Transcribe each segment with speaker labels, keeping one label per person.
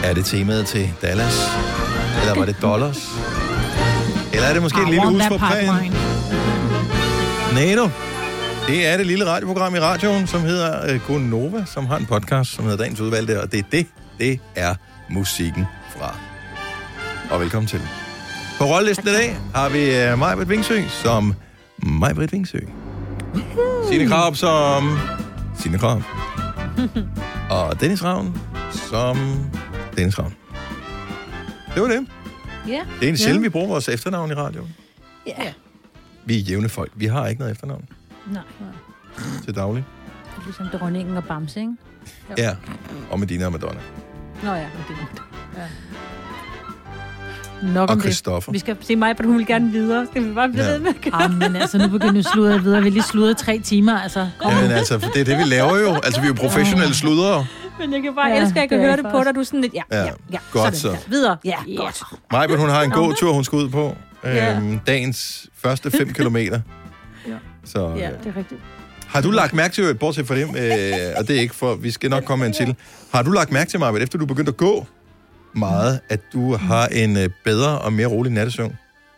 Speaker 1: Er det temaet til Dallas? Eller var det dollars? Eller er det måske et lille hus på prærien? Nej, du. Det er det lille radioprogram i radioen, som hedder Gonova, som har en podcast, som hedder Dagens Udvalgte, og det er musikken fra. Og velkommen til. På rollelisten i dag har vi Maj-Britt Vingsø som Maj-Britt Vingsø. Signe Krarup som Signe Krarup. Og Dennis Ravn som Dennis Ravn. Det var det.
Speaker 2: Ja.
Speaker 1: Det er en sjældent, vi bruger vores efternavn i radioen.
Speaker 2: Ja.
Speaker 1: Vi er jævne folk. Vi har ikke noget efternavn
Speaker 2: Nej.
Speaker 1: til daglig.
Speaker 2: Det er ligesom dronningen og Bamse, ikke? Jo.
Speaker 1: Ja, og Medina og Madonna.
Speaker 2: Nå ja, og det er det. Ja.
Speaker 3: Nok
Speaker 1: Og
Speaker 3: om
Speaker 1: Christoffer.
Speaker 2: Vi skal se mig, men hun vil gerne videre. Skal vi bare blive ved med at
Speaker 3: men altså, nu begynder vi at sludre videre. Vi lige sludret 3 timer, altså.
Speaker 1: Jamen altså, det er det, vi laver jo. Altså, vi er jo professionelle sludrere.
Speaker 2: Men jeg kan bare elske, at jeg kan høre det på dig. Du er sådan lidt, ja.
Speaker 1: Godt
Speaker 2: sådan.
Speaker 1: så.
Speaker 2: Videre. Ja, godt.
Speaker 1: Majbert, hun har en god tur, hun skal ud på. Dagens første 5 kilometer. Så,
Speaker 2: Ja, det er rigtigt.
Speaker 1: har du lagt mærke til, bortset fra dem, og det er ikke for, vi skal nok komme en til. Har du lagt mærke til, Majbert, efter du begyndte at gå meget, at du har en bedre og mere rolig nattesøvn?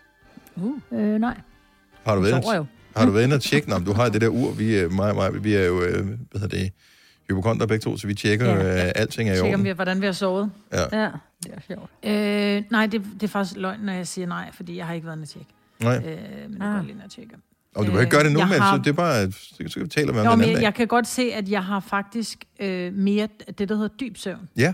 Speaker 3: Nej.
Speaker 1: Har du været,
Speaker 2: Sover jo.
Speaker 1: har du været inde og tjekke? Nå, du har det der ur, vi er jo, hvad hedder det, hypokonder begge to, så vi tjekker, alting er i
Speaker 3: Tjekker,
Speaker 1: orden.
Speaker 3: hvordan vi har sovet.
Speaker 2: Ja, det er sjovt.
Speaker 3: Nej, det er faktisk løgn, når jeg siger nej, fordi jeg har ikke været inde at tjekke.
Speaker 1: Nej.
Speaker 3: Men det går lige, når jeg tjekker.
Speaker 1: Og du kan ikke gøre det nu,
Speaker 3: jeg
Speaker 1: men
Speaker 3: har-
Speaker 1: så det er bare, så kan vi tale om det
Speaker 3: Jo,
Speaker 1: en
Speaker 3: men
Speaker 1: anden dag.
Speaker 3: jeg kan godt se, at jeg har faktisk mere det, der hedder dyb søvn.
Speaker 1: Ja.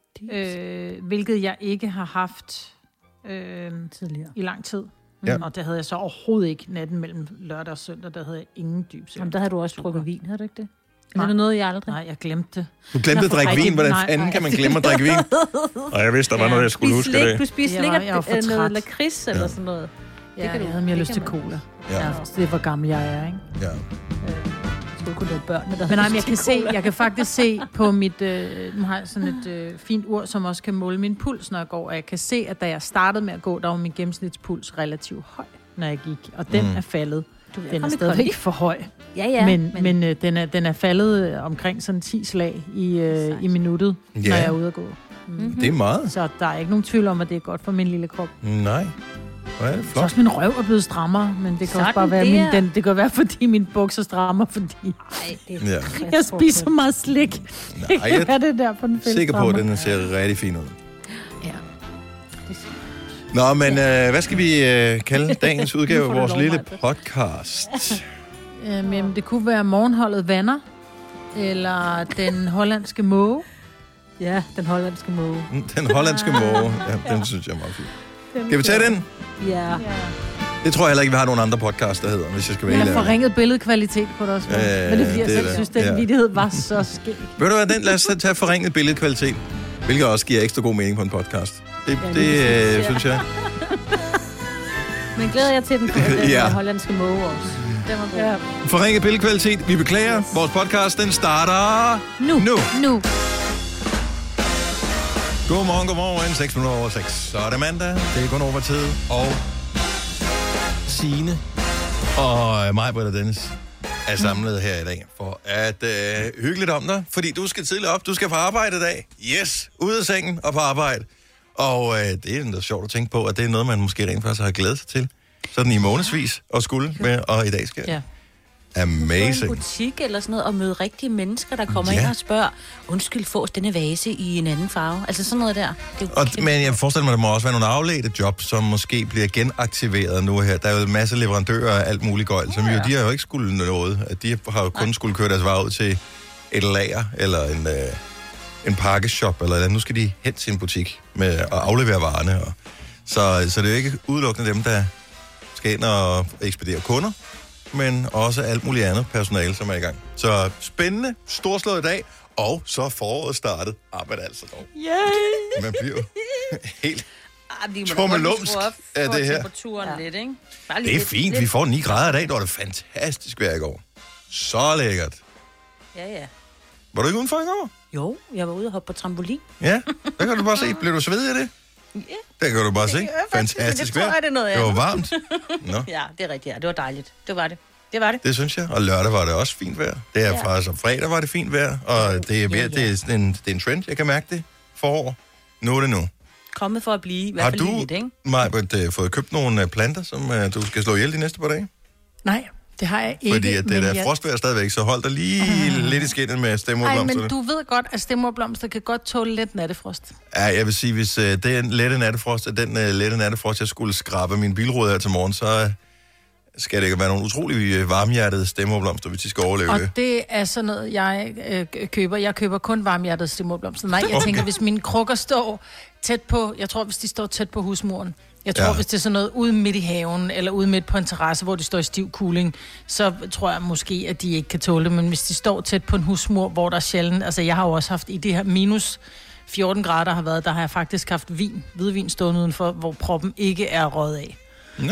Speaker 3: Hvilket jeg ikke har haft
Speaker 2: Tidligere.
Speaker 3: i lang tid.
Speaker 1: Ja.
Speaker 3: Og det havde jeg så overhovedet ikke natten mellem lørdag og søndag. Der havde jeg ingen dyb søvn.
Speaker 2: Jamen, der havde du også drukket vin, havde du ikke det?
Speaker 3: Nej.
Speaker 2: Er det noget, jeg aldrig?
Speaker 3: Nej, jeg glemte det.
Speaker 1: Du glemte at drikke vin. Hvordan
Speaker 3: Nej,
Speaker 1: fanden kan man glemme at drikke vin? Og jeg vidste, der var noget, jeg skulle huske i dag.
Speaker 2: Du spiser
Speaker 3: Jeg
Speaker 2: slik
Speaker 3: var- jeg var for
Speaker 2: af noget
Speaker 3: træt.
Speaker 2: lakrids eller sådan noget.
Speaker 3: Ja,
Speaker 2: kan
Speaker 3: jeg
Speaker 2: du-
Speaker 3: havde mere
Speaker 2: det
Speaker 3: lyst
Speaker 2: kan
Speaker 3: til
Speaker 2: man.
Speaker 3: cola.
Speaker 1: Ja.
Speaker 3: Ja, det er, hvor gammel jeg er, ikke?
Speaker 1: Ja.
Speaker 2: Så kunne det børnene, der
Speaker 3: Men nej,
Speaker 2: havde
Speaker 3: men jeg kan
Speaker 2: lyst til
Speaker 3: se,
Speaker 2: cola.
Speaker 3: jeg kan faktisk se på mit, nu har jeg sådan et fint ur, som også kan måle min puls, når jeg går, og jeg kan se, at da jeg startede med at gå, der var min gennemsnitspuls relativt høj, når jeg gik, og den er faldet. Den er
Speaker 2: kom i
Speaker 3: stadigvæk
Speaker 2: kondi.
Speaker 3: for høj,
Speaker 2: Ja,
Speaker 3: men den er faldet omkring sådan 10 slag i minuttet,
Speaker 1: Ja.
Speaker 3: når jeg er ude at gå.
Speaker 1: Det er meget.
Speaker 3: Så der er ikke nogen tvivl om, at det er godt for min lille krop.
Speaker 1: Nej. Hvor er det
Speaker 3: Så
Speaker 1: flot.
Speaker 3: også min røv er blevet strammere, men det kan
Speaker 2: Sådan
Speaker 3: også bare være,
Speaker 2: der.
Speaker 3: det kan være, fordi mine bukser strammer, fordi
Speaker 2: Nej, det
Speaker 1: Ja.
Speaker 3: jeg spiser meget slik. Det
Speaker 1: Nej,
Speaker 3: kan
Speaker 1: jeg
Speaker 3: være det der på den
Speaker 1: er
Speaker 3: fælles
Speaker 1: sikker på, at
Speaker 3: strammer.
Speaker 1: den ser rigtig fin ud.
Speaker 2: Ja.
Speaker 1: Nå, men hvad skal vi kalde dagens udgave
Speaker 2: Nu
Speaker 1: af
Speaker 2: får du
Speaker 1: vores
Speaker 2: lov,
Speaker 1: lille
Speaker 2: Maj-Brit.
Speaker 1: podcast?
Speaker 3: Men det kunne være morgenholdet Vanner, eller den hollandske måge.
Speaker 2: Ja, den hollandske måge.
Speaker 1: Den hollandske måge. Ja, den synes jeg er meget fin. Skal vi tage den?
Speaker 2: Ja.
Speaker 1: Det tror jeg heller ikke, vi har nogen andre podcast, der hedder, hvis jeg skal være
Speaker 3: Eller
Speaker 1: helt ærlig.
Speaker 3: forringet billedkvalitet på det også.
Speaker 1: Ja,
Speaker 3: Men det er fordi, jeg
Speaker 1: det er
Speaker 3: selv
Speaker 1: det.
Speaker 3: synes, den
Speaker 1: Ja.
Speaker 3: vittighed var så skæg.
Speaker 1: Ved du hvad, lad os tage forringet billedkvalitet. Hvilket også giver ekstra god mening på en podcast. Det synes jeg.
Speaker 2: Men glæder jeg til den,
Speaker 1: Ja.
Speaker 2: den hollandske måge også. Den var god.
Speaker 3: Ja.
Speaker 1: Forringet billedkvalitet. Vi beklager. Vores podcast, den starter nu. Godmorgen. 6 minutter over 6. Så er det mandag. Det er kun over tid. Og Signe og Maj-Britt og Dennis er samlet her i dag for at hyggeligt om dig. Fordi du skal tidligt op. Du skal på arbejde i dag. Yes. Ud af sengen og på arbejde. Og det er da sjovt at tænke på, at det er noget, man måske rent faktisk har glædet sig til. Sådan i månedsvis og skulle med, og i dag skal
Speaker 3: Ja.
Speaker 4: Gå i en
Speaker 1: amazing.
Speaker 4: butik eller sådan noget, og møde rigtige mennesker, der kommer ind og spørger, undskyld, fås denne vase i en anden farve? Altså sådan noget der. Det er jo kæmpe.
Speaker 1: Men jeg forestiller mig, at der må også være nogle afledte job, som måske bliver genaktiveret nu her. Der er jo en masse leverandører af alt muligt gøjl, som jo, de har jo ikke skulle noget. At de har jo kun skulle køre deres varer ud til et lager, eller en pakkeshop, eller andet. Nu skal de hen til en butik med at aflevere varerne. Så det er jo ikke udelukkende dem, der skal ind og ekspedere kunder, men også alt muligt andet personale, som er i gang. Så spændende, storslået dag, og så foråret startet. Men altså dog.
Speaker 3: Yay!
Speaker 1: Man bliver jo helt...
Speaker 4: Vi må da
Speaker 1: Trommelumsk
Speaker 4: godt skrue op
Speaker 1: er
Speaker 4: for
Speaker 1: det her.
Speaker 4: temperaturen lidt, ikke? Bare lige
Speaker 1: Det er
Speaker 4: lidt-
Speaker 1: fint, vi får 9 grader i dag. Det var det fantastisk vejr i går. Så lækkert.
Speaker 4: Ja.
Speaker 1: Var du ikke udenfor i går?
Speaker 4: Jo, jeg var ude og hoppe på trampolin.
Speaker 1: Ja, der kan du bare se. Blev du svedig af det?
Speaker 4: Ja.
Speaker 1: Der kan du bare se. Fantastisk
Speaker 4: det tror
Speaker 1: vejr.
Speaker 4: jeg, det er noget
Speaker 1: Det var
Speaker 4: andet.
Speaker 1: varmt. Nå,
Speaker 4: Ja, det er rigtigt. Ja. Det var dejligt. Det var det. Det var det.
Speaker 1: det synes jeg. Og lørdag var det også fint vejr. Det er faktisk om fredag var det fint vejr. Og det er, det er en trend, jeg kan mærke det. Forår. Nu er det nu.
Speaker 4: Kommet for at blive, i hvert
Speaker 1: Har
Speaker 4: fald
Speaker 1: du,
Speaker 4: lidt, ikke?
Speaker 1: Majbert, fået købt nogle planter, som du skal slå ihjel de næste par dage?
Speaker 3: Nej, det har jeg ikke.
Speaker 1: Fordi at det der frostvejr stadigvæk, så hold dig lige lidt i skinnet med stemmerblomsterne.
Speaker 3: Nej, men du ved godt, at stemmerblomster kan godt tåle lidt nattefrost.
Speaker 1: Ja, jeg vil sige, hvis den lette nattefrost, jeg skulle skrabe min bilrude her til morgen, så skal det ikke være nogle utrolig varmhjertede stemmerblomster, hvis de skal overleve
Speaker 3: Og
Speaker 1: det.
Speaker 3: det er sådan noget, jeg køber. Jeg køber kun varmhjertede stemmerblomster. Nej, jeg tænker, hvis mine krukker står tæt på, jeg tror, hvis de står tæt på husmuren, jeg tror, hvis det er sådan noget ude midt i haven, eller ude midt på en terrasse, hvor de står i stiv kuling, så tror jeg måske, at de ikke kan tåle det. Men hvis de står tæt på en husmur, hvor der er sjældent, altså jeg har jo også haft i det her minus 14 grader har været, der har jeg faktisk haft hvidvin stående udenfor, hvor proppen ikke er røget af.
Speaker 1: Nå.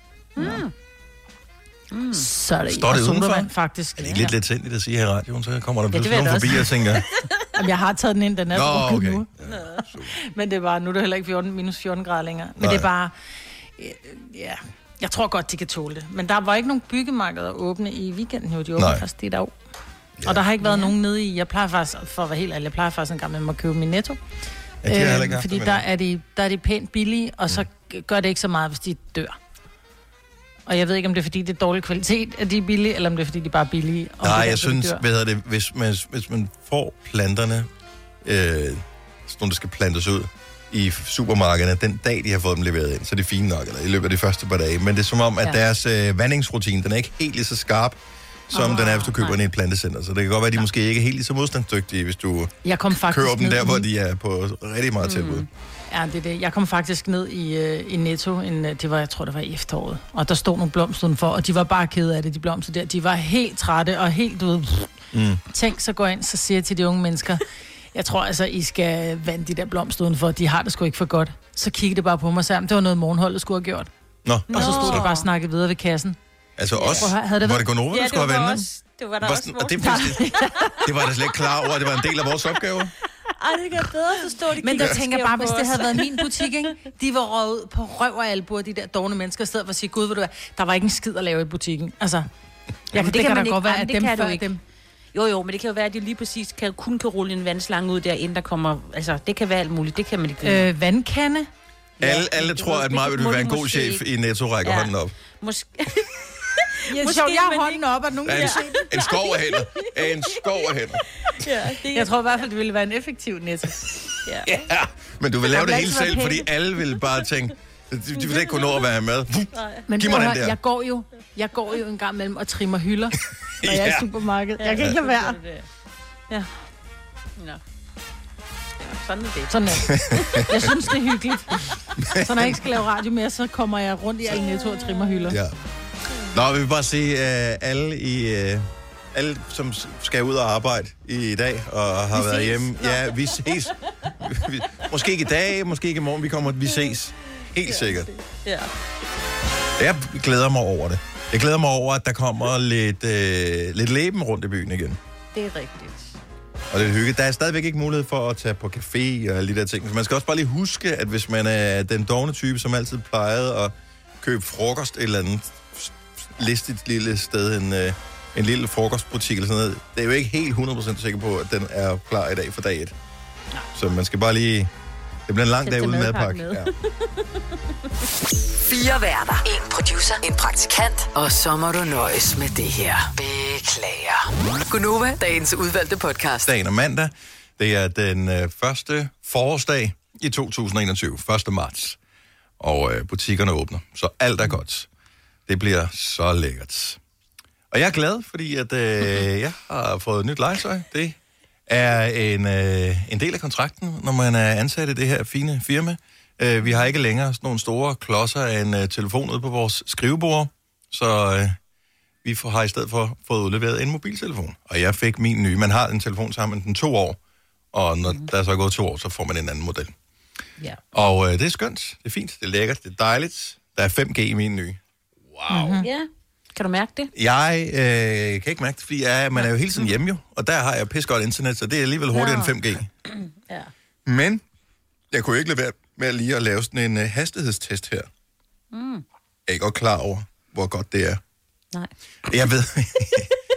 Speaker 3: Så er det
Speaker 1: Står det udenfor?
Speaker 3: Faktisk.
Speaker 1: Er det ikke lidt sindigt at sige her i radioen, så kommer der
Speaker 4: det
Speaker 1: pludselig nogen forbi og tænker...
Speaker 3: Jamen, jeg har taget den ind, den er
Speaker 1: okay.
Speaker 3: nu.
Speaker 1: Ja,
Speaker 3: Men det er bare, nu er det heller ikke minus 14 grader længere. Men det er bare, ja, jeg tror godt, de kan tåle det. Men der var ikke nogen byggemarkeder åbne i weekenden, jo. De åbne først i dag. Ja. Og der har ikke været nogen nede i, jeg plejer faktisk, for at være helt ærlig, jeg plejer faktisk en gang med at købe min Netto.
Speaker 1: Ja, det har jeg ikke haft
Speaker 3: fordi der er de pænt billige, og så gør det ikke så meget, hvis de dør. Og jeg ved ikke, om det er, fordi det er dårlig kvalitet, at de er billige, eller om det er, fordi de bare er billige.
Speaker 1: Nej, jeg synes, hvis man får planterne, sådan der skal plantes ud i supermarkederne, den dag, de har fået dem leveret ind, så er det fint nok, eller i løbet af de første par dage. Men det er som om, at deres vandingsrutine, den er ikke helt lige så skarp, som den er, hvis du køber den i et plantecenter. Så det kan godt være, at de måske ikke er helt lige så modstandsdygtige, hvis du køber dem der, hvor de er på rigtig meget tilbud.
Speaker 3: Ja, det er det. Jeg kom faktisk ned i Netto, jeg tror, det var i efteråret, og der stod nogle blomster for, og de var bare kede af det, de blomster der. De var helt trætte og helt ude. Tænk, så går ind, så siger jeg til de unge mennesker, jeg tror altså, I skal vande de der blomster udenfor, de har det sgu ikke for godt. Så kiggede det bare på mig sammen, det var noget, morgenholdet skulle have gjort. Og så stod de bare og snakkede videre ved kassen.
Speaker 1: Altså også? Var det Gonova, der skulle have vandet?
Speaker 4: Det var der også.
Speaker 1: Det var jeg da slet ikke klar over, at det var en del af vores opgave.
Speaker 4: Det kan bedre forstå det.
Speaker 3: Men der tænker bare, hvis det havde været min butik, ikke? De var røget ud på røv og albuer, de der dårne mennesker, i stedet for at sige, gud, ved du hvad, der var ikke en skid at lave i butikken. Altså, det kan da godt være, at dem før dem...
Speaker 4: Jo, men det kan jo være, at de lige præcis kun kan rulle en vandslange ud der, inden der kommer... Altså, det kan være alt muligt, det kan man ikke...
Speaker 3: Vandkande?
Speaker 1: Alle tror, at Maja vil være en god chef i Netto, rækker hånden op.
Speaker 4: Måske...
Speaker 3: Jeg har hånden op, at nogen kan se det.
Speaker 1: En skov af hænder. En skov af hænder.
Speaker 3: Jeg tror i hvert fald, det ville være en effektiv Netto.
Speaker 1: Ja, men du vil lave det hele selv, fordi alle vil bare tænke, de vil ikke kunne nå at være med.
Speaker 3: Men jeg går jo en gang mellem og trimmer hylder, når jeg er i supermarkedet. Jeg kan ikke lade være. Ja.
Speaker 4: Sådan er det.
Speaker 3: Sådan er det. Jeg synes, det er hyggeligt. Så når jeg ikke skal lave radio mere, så kommer jeg rundt i alle Netto og trimmer hylder.
Speaker 1: Ja. Nå, vi vil bare sige, alle, som skal ud og arbejde i dag og har været hjemme. Ja, vi ses. Måske ikke i dag, måske ikke i morgen. Vi ses. Helt sikkert.
Speaker 4: Ja.
Speaker 1: Jeg glæder mig over det. Jeg glæder mig over, at der kommer lidt leben rundt i byen igen.
Speaker 4: Det er rigtigt.
Speaker 1: Og det er hyggeligt. Der er stadigvæk ikke mulighed for at tage på café og alle de der ting. Så man skal også bare lige huske, at hvis man er den dovne type, som altid plejede at købe frokost et eller andet listigt lille sted, en lille frokostbutik eller sådan noget, det er jo ikke helt 100% sikker på, at den er klar i dag for dag 1. Ja. Så man skal bare lige... Det bliver en lang dag uden madpakke. Ja.
Speaker 5: 4 værter. 1 producer. En praktikant. Og så må du nøjes med det her. Beklager. Gunova, dagens udvalgte podcast.
Speaker 1: Dagen er mandag. Det er den første forårsdag i 2021. 1. marts. Og butikkerne åbner. Så alt er godt. Det bliver så lækkert. Og jeg er glad, fordi at, jeg har fået nyt legetøj. Det er en del af kontrakten, når man er ansat i det her fine firma. Vi har ikke længere sådan nogle store klodser af en telefon ude på vores skrivebord, så vi har i stedet for fået udleveret en mobiltelefon. Og jeg fik min nye. Man har en telefon sammen den 2 år, og når der er så gået 2 år, så får man en anden model.
Speaker 3: Ja.
Speaker 1: Og det er skønt, det er fint, det er lækkert, det er dejligt. Der er 5G i min nye. Wow.
Speaker 4: Mm-hmm. Ja. Kan du mærke det?
Speaker 1: Jeg kan ikke mærke det, fordi man er jo hele tiden hjemme jo, og der har jeg pissegodt internet, så det er alligevel hurtigere end 5G.
Speaker 4: Ja.
Speaker 1: Men jeg kunne ikke lade være med lige at lave sådan en hastighedstest her. Jeg er ikke godt klar over, hvor godt det er.
Speaker 4: Nej.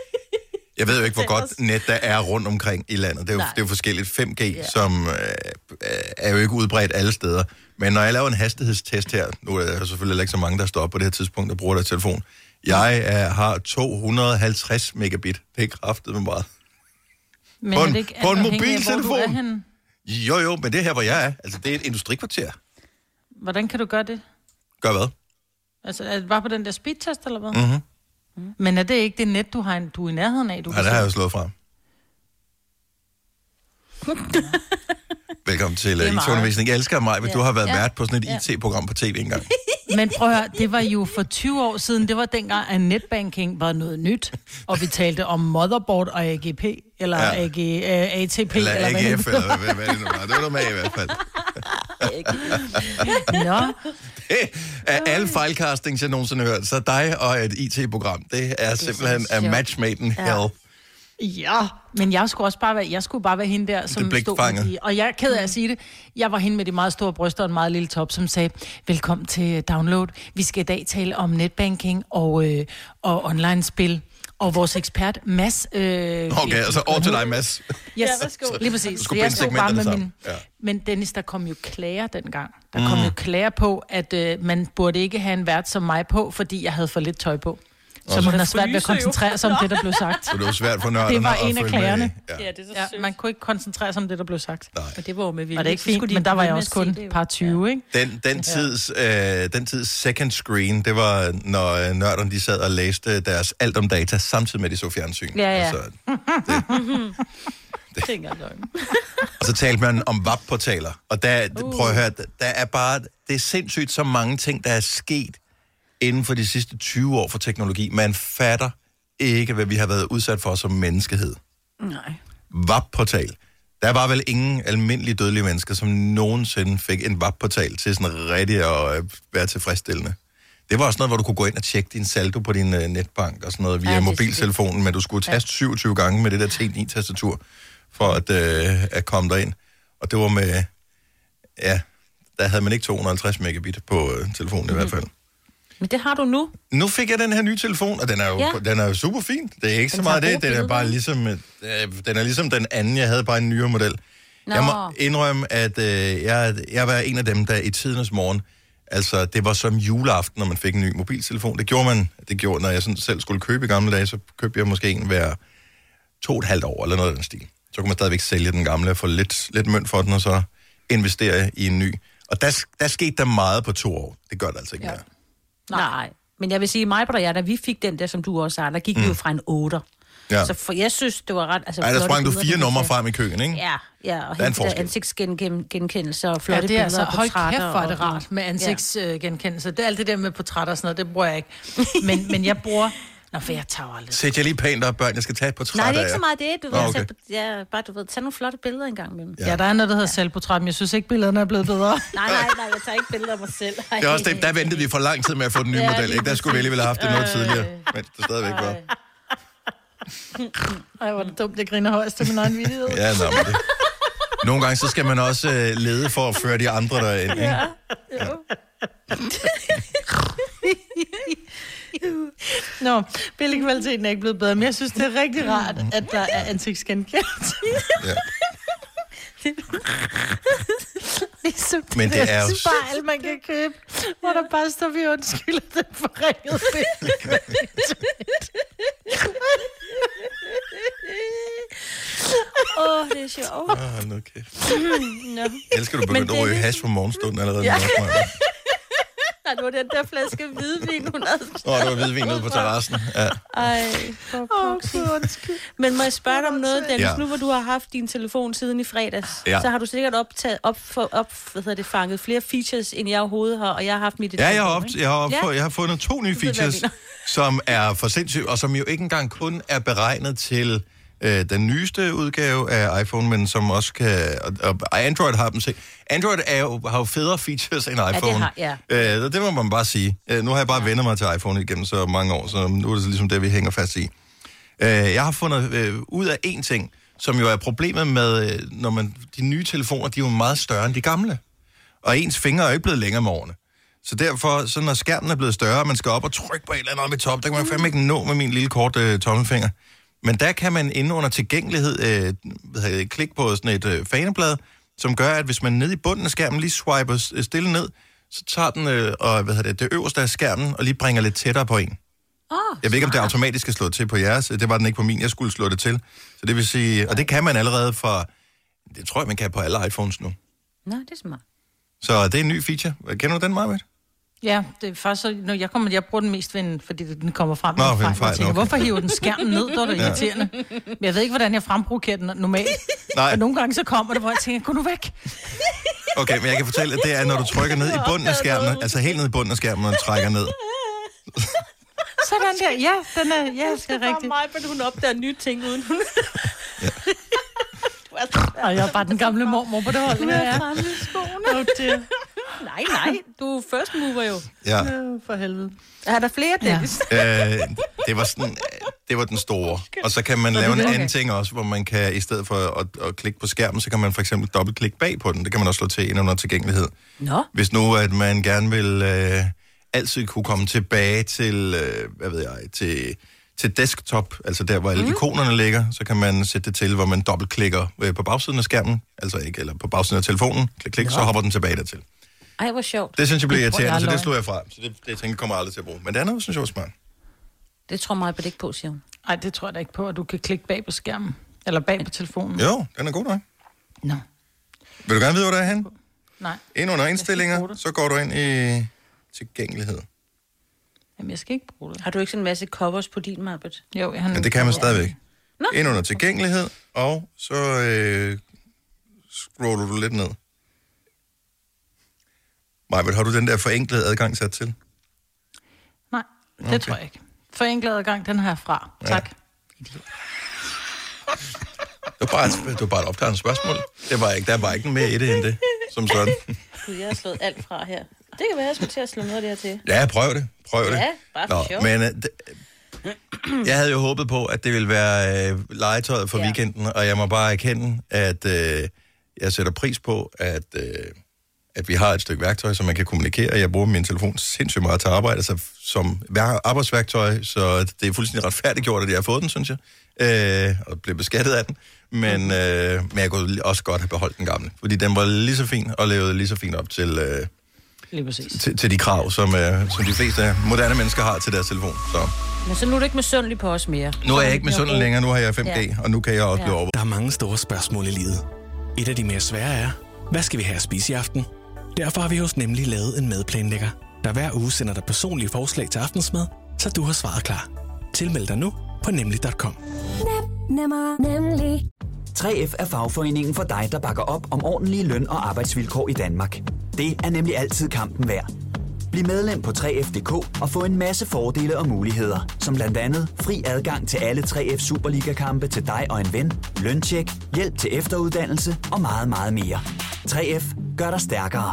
Speaker 1: Jeg ved jo ikke, hvor godt net der er rundt omkring i landet. Det er jo forskelligt. 5G, som er jo ikke udbredt alle steder. Men når jeg laver en hastighedstest her, nu er der selvfølgelig ikke så mange, der står op på det her tidspunkt og bruger deres telefon. Jeg har 250 megabit. Det er kraftigt med meget.
Speaker 3: Men
Speaker 1: på
Speaker 3: er det ikke
Speaker 1: på en
Speaker 3: afhængigt af,
Speaker 1: mobiltelefon.
Speaker 3: hvor du er henne?
Speaker 1: Jo, men det er her, hvor jeg er. Altså, det er et industrikvarter.
Speaker 3: Hvordan kan du gøre det?
Speaker 1: Gør hvad?
Speaker 3: Altså, er det bare på den der speedtest, eller hvad?
Speaker 1: Mhm.
Speaker 3: Men er det ikke det net, du er i nærheden af? Du
Speaker 1: Ja, det har jeg jo slået fra. Velkommen til IT-undervisning. Jeg elsker mig, men du har været vært på sådan et IT-program på tv engang.
Speaker 3: Men prøv at høre, det var jo for 20 år siden, det var dengang, at netbanking var noget nyt, og vi talte om motherboard og AGP, eller ATP,
Speaker 1: Eller
Speaker 3: eller hvad
Speaker 1: AGF, eller hvad det nu var. Det var noget med i hvert fald.
Speaker 3: Nå,
Speaker 1: Af alle fejlcastings, jeg nogensinde har hørt, så dig og et IT-program, det er simpelthen a match made in hell.
Speaker 3: ja, men jeg skulle bare være hende der, som
Speaker 1: blikfanget.
Speaker 3: stod i, og jeg er ked af at sige det, jeg var hende med de meget store bryster og en meget lille top, som sagde, velkommen til Download, vi skal i dag tale om netbanking og online-spil. Og vores ekspert, Mads...
Speaker 1: Okay, altså over til dig, Mads.
Speaker 3: Yes, ja, lige præcis.
Speaker 1: Du
Speaker 3: Jeg stod bare med
Speaker 1: sammen.
Speaker 3: min... Ja. Men Dennis, der kom jo klager dengang. Der kom jo klager på, at man burde ikke have en vært som mig på, fordi jeg havde for lidt tøj på. Så man har svært ved at koncentrere sig om det, der blev sagt.
Speaker 1: Så det var svært for nørderne.
Speaker 3: Det var en af klagerne.
Speaker 4: Ja, det er så sødt.
Speaker 3: Man kunne ikke koncentrere sig om det, der blev sagt.
Speaker 1: Nej.
Speaker 4: Og det var jo med vilje.
Speaker 3: Og det er ikke fint, men der var jeg også kun par 20, ikke?
Speaker 1: Den tids second screen, det var, når nørderne de sad og læste deres alt om data, samtidig med de så fjernsyn.
Speaker 4: Ja.
Speaker 1: Altså, og så talte man om webportaler. Og der, prøv at høre, der er bare, det er sindssygt så mange ting, der er sket inden for de sidste 20 år for teknologi. Man fatter ikke, hvad vi har været udsat for som menneskehed.
Speaker 4: Nej.
Speaker 1: Webportal. Der var vel ingen almindelige dødelige mennesker, som nogensinde fik en webportal til sådan rigtig at være tilfredsstillende. Det var også noget, hvor du kunne gå ind og tjekke din saldo på din netbank og sådan noget via mobiltelefonen, men du skulle taste 27 gange med det der T9-tastatur for at komme derind. Og det var med, ja, der havde man ikke 250 megabit på telefonen i hvert fald.
Speaker 4: Men det har du nu.
Speaker 1: Nu fik jeg den her nye telefon, og den er jo super fin. Det er ikke så meget det. Den er bare ligesom, den er ligesom den anden, jeg havde, bare en nyere model.
Speaker 4: Nå.
Speaker 1: Jeg må indrømme, at jeg var en af dem, der i tidernes morgen, altså det var som juleaften, når man fik en ny mobiltelefon. Det gjorde, når jeg sådan selv skulle købe i gamle dage, så købte jeg måske en hver 2,5 år, eller noget af den stil. Så kunne man stadigvæk sælge den gamle og få lidt mønt for den, og så investere i en ny. Og der skete der meget på 2 år. Det gør det altså ikke mere.
Speaker 4: Nej. Men jeg vil sige, mig og jeg, da vi fik den der, som du også har, der gik vi jo fra en 8'er.
Speaker 1: Ja.
Speaker 4: Så for, jeg synes, det var ret... Altså,
Speaker 1: der sprang du 4 numre frem i køen, ikke?
Speaker 4: Ja, og
Speaker 1: der er en
Speaker 4: helt ansigtsgenkendelse og flotte
Speaker 3: det er
Speaker 4: billeder
Speaker 3: altså,
Speaker 4: og portrætter.
Speaker 3: hold kæft, hvor er det rart med ansigtsgenkendelse. Det er alt det der med portrætter og sådan noget, det bruger jeg ikke. Men jeg bruger... Nå, for jeg tager aldrig.
Speaker 1: Sæt jeg lige pænt op, børn. Jeg skal tage et portræt af
Speaker 4: Nej, det er ikke så meget det. Du ved,
Speaker 1: okay.
Speaker 4: bare du ved, tag nogle flotte billeder en gang imellem.
Speaker 3: Ja, der er noget, der hedder selvportræt, men jeg synes ikke, billederne er blevet bedre.
Speaker 4: Nej, jeg tager ikke billeder af mig selv.
Speaker 1: Det er også det, der ventede vi for lang tid med at få den nye model, ikke? Der skulle vi alligevel have haft det noget tidligere, mens det stadigvæk var.
Speaker 3: Ej, hvor er det dumt, jeg griner højst til min egen vidighed.
Speaker 1: Ja, men det. Nogle gange, så skal man også lede for at føre de andre derind, ikke?
Speaker 4: Ja.
Speaker 3: Nå, billedkvaliteten er ikke blevet bedre, men jeg synes, det er rigtig rart, at der er ansigtsgenkendelse.
Speaker 1: Ja.
Speaker 3: Ligesom
Speaker 1: Men det er jo...
Speaker 3: spejl, man kan købe, hvor der bare står, vi undskylder den forringede billedkvalitet.
Speaker 4: Det er sjovt.
Speaker 1: Nu kæft. Jeg elsker, du begyndt at ryge hash for morgenstunden allerede.
Speaker 4: Ja. Nej, det var den der flaske hvidvin, hun havde.
Speaker 1: Det var hvidvin ude på terrassen. Ja.
Speaker 4: Ej, undskyld. Men må jeg spørge dig om noget, Dennis? Ja. Nu hvor du har haft din telefon siden i fredags, så har du sikkert fanget flere features, end jeg overhovedet har, og jeg har haft mit...
Speaker 1: Ja, jeg har fundet 2 nye features, som er for sindssygt, og som jo ikke engang kun er beregnet til den nyeste udgave af iPhone, men som også kan... Og Android har dem. Android har jo federe features end iPhone. Det må man bare sige. Nu har jeg bare vendt mig til iPhone igennem så mange år, så nu er det ligesom det, vi hænger fast i. Jeg har fundet ud af en ting, som jo er problemet med, når de nye telefoner, de er jo meget større end de gamle. Og ens fingre er jo ikke blevet længere med årene. Så derfor, så når skærmen er blevet større, og man skal op og trykke på et eller andet oppe i top, der kan man fandme ikke nå med min lille korte tommelfinger. Men der kan man inde under tilgængelighed klikke på sådan et faneblad, som gør, at hvis man nede i bunden af skærmen lige swiper stille ned, så tager den det øverste af skærmen og lige bringer lidt tættere på en. Jeg ved ikke, om det automatisk skal slå til på jeres. Det var den ikke på min, jeg skulle slå det til. Så det vil sige, og det kan man allerede fra, det tror jeg, man kan på alle iPhones nu.
Speaker 4: Nå, det er smart.
Speaker 1: Så det er en ny feature. Kender du den, Maja?
Speaker 3: Ja, det er faktisk så, når jeg bruger den mest, fordi den kommer frem.
Speaker 1: Nå, ved en fejl.
Speaker 3: Tænker, hvorfor hiver den skærmen ned, der er det irriterende. Men jeg ved ikke, hvordan jeg fremprovokerer den normalt.
Speaker 1: Nej.
Speaker 3: Og nogle gange så kommer det, hvor jeg tænker, gå nu væk.
Speaker 1: Okay, men jeg kan fortælle, at det er, når du trykker ned i bunden af skærmen, altså helt ned i bunden af skærmen, og trækker ned.
Speaker 3: Sådan der, ja, den er, ja, det er rigtigt.
Speaker 4: Men hun opdager nye ting uden hun...
Speaker 3: Og jeg er bare den gamle mormor på det hold.
Speaker 4: Hun er fremme i skoene. Nej, du er first mover jo.
Speaker 1: Ja.
Speaker 3: For helvede.
Speaker 4: Er der flere, Dennis?
Speaker 1: Det var den store. Og så kan man lave en anden ting også, hvor man kan, i stedet for at klikke på skærmen, så kan man for eksempel dobbeltklikke bag på den. Det kan man også slå til ind under tilgængelighed.
Speaker 4: Nå.
Speaker 1: Hvis nu, at man gerne vil altid kunne komme tilbage til, til desktop, altså der, hvor alle ikonerne ligger, så kan man sætte det til, hvor man dobbeltklikker på bagsiden af skærmen, altså ikke, eller på bagsiden af telefonen, klik, så hopper den tilbage dertil.
Speaker 4: Ej, hvor sjovt.
Speaker 1: Det synes jeg bliver irriterende, så det slår jeg fra. Så det tænker jeg kommer aldrig til at bruge. Men det andet synes jeg var smart.
Speaker 4: Det tror mig ikke på, siger hun.
Speaker 3: Nej, det tror jeg da ikke på, at du kan klikke bag på skærmen. Eller bag på telefonen.
Speaker 1: Jo, den er god nok.
Speaker 3: Nå.
Speaker 1: Vil du gerne vide, hvor der er henne?
Speaker 3: Nej.
Speaker 1: Ind under indstillinger, så går du ind i tilgængelighed.
Speaker 3: Jamen, jeg skal ikke bruge det.
Speaker 4: Har du ikke sådan en masse covers på din mappet?
Speaker 3: Jo, jeg har
Speaker 1: Men det kan man stadigvæk. Ind under tilgængelighed, og så scroller du lidt ned. Majbert, har du den der forenklede adgang sat til?
Speaker 3: Nej, det tror jeg ikke. Forenklet adgang, den har jeg fra.
Speaker 1: Ja.
Speaker 3: Tak.
Speaker 1: Det var bare et opklarende spørgsmål. Der var ikke mere i det end det, som sådan.
Speaker 4: Gud, jeg har slået alt fra her. Det kan være, jeg skulle til at slå noget af det her til.
Speaker 1: Ja, prøv det.
Speaker 4: Ja, bare for sjov.
Speaker 1: Men jeg havde jo håbet på, at det ville være legetøjet for weekenden, og jeg må bare erkende, at jeg sætter pris på, at vi har et stykke værktøj, så man kan kommunikere. Jeg bruger min telefon sindssygt meget til arbejde, altså som arbejdsværktøj, så det er fuldstændig retfærdiggjort, at jeg har fået den, synes jeg, og blev beskattet af den. Men jeg kunne også godt have beholdt den gamle, fordi den var lige så fin, og levede lige så fint op til... Til de krav, som de fleste moderne mennesker har til deres telefon.
Speaker 4: Men så nu er du ikke misundelig på os mere.
Speaker 1: Nu er jeg ikke misundelig længere, nu har jeg 5G, og nu kan jeg også blive over.
Speaker 6: Der er mange store spørgsmål i livet. Et af de mere svære er, hvad skal vi have at spise i aften? Derfor har vi hos Nemlig lavet en madplanlægger, der hver uge sender dig personlige forslag til aftensmad, så du har svaret klar. Tilmeld dig nu på nemlig.com.
Speaker 7: Nemlig. 3F er fagforeningen for dig, der bakker op om ordentlige løn- og arbejdsvilkår i Danmark. Det er nemlig altid kampen værd. Bliv medlem på 3F.dk og få en masse fordele og muligheder, som blandt andet fri adgang til alle 3F Superliga-kampe til dig og en ven, løntjek, hjælp til efteruddannelse og meget, meget mere. 3F gør dig stærkere.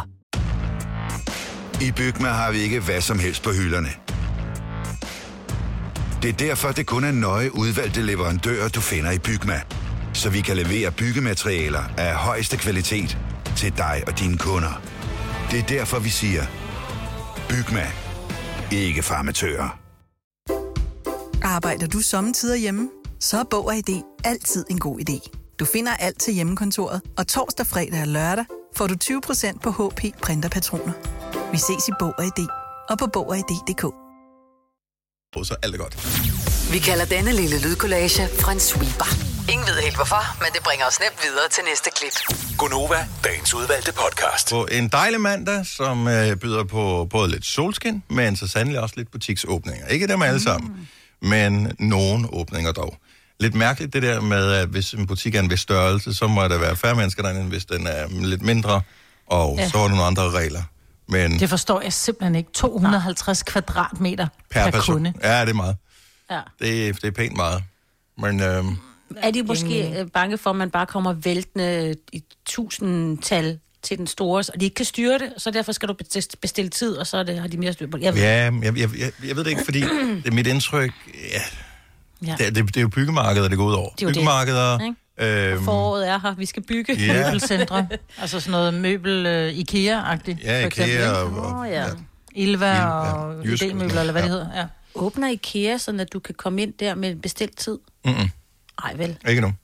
Speaker 8: I Bygma har vi ikke hvad som helst på hylderne. Det er derfor, det kun er nøje udvalgte leverandører, du finder i Bygma. Så vi kan levere byggematerialer af højeste kvalitet til dig og dine kunder. Det er derfor, vi siger, Bygma. Ikke farmatører.
Speaker 9: Arbejder du sommetider hjemme? Så er Bog og ID altid en god idé. Du finder alt til hjemmekontoret, og torsdag, fredag og lørdag får du 20% på HP printerpatroner. Vi ses i Bog og ID og på Bog og ID.dk.
Speaker 1: Så alt er godt.
Speaker 5: Vi kalder denne lille lydkollage en sweeper. Ingen ved helt hvorfor, men det bringer os nemt videre til næste klip.
Speaker 6: Gonova, dagens udvalgte podcast.
Speaker 1: På en dejlig mandag, som byder på både lidt solskin, men så sandelig også lidt butiksåbninger. Ikke dem alle sammen, men nogle åbninger dog. Lidt mærkeligt det der med, at hvis en butik er en vis størrelse, så må der være færre mennesker derinde, hvis den er lidt mindre, og så er der nogle andre regler. Men
Speaker 3: det forstår jeg simpelthen ikke. 250 kvadratmeter per kunde.
Speaker 1: Ja, det er meget.
Speaker 4: Ja.
Speaker 1: Det er pænt meget. Men,
Speaker 4: er de måske bange for, at man bare kommer væltende i 1000-tal til den store, og de ikke kan styre det, så derfor skal du bestille tid, og så har de mere styr på det?
Speaker 1: Jeg ved det ikke, fordi det er mit indtryk. Ja. Det er jo byggemarkeder, det går ud over. Byggemarkeder.
Speaker 4: Foråret er her, vi skal bygge.
Speaker 1: Yeah.
Speaker 3: Møbelcentre. Altså sådan noget møbel IKEA-agtigt.
Speaker 1: Ja, IKEA og
Speaker 3: Ilva og Idémøbler, eller hvad det hedder. Ja.
Speaker 4: Åbner IKEA, sådan at du kan komme ind der med bestilt tid?
Speaker 1: Mm-mm.
Speaker 4: Ej, vel?
Speaker 1: Ikke nu.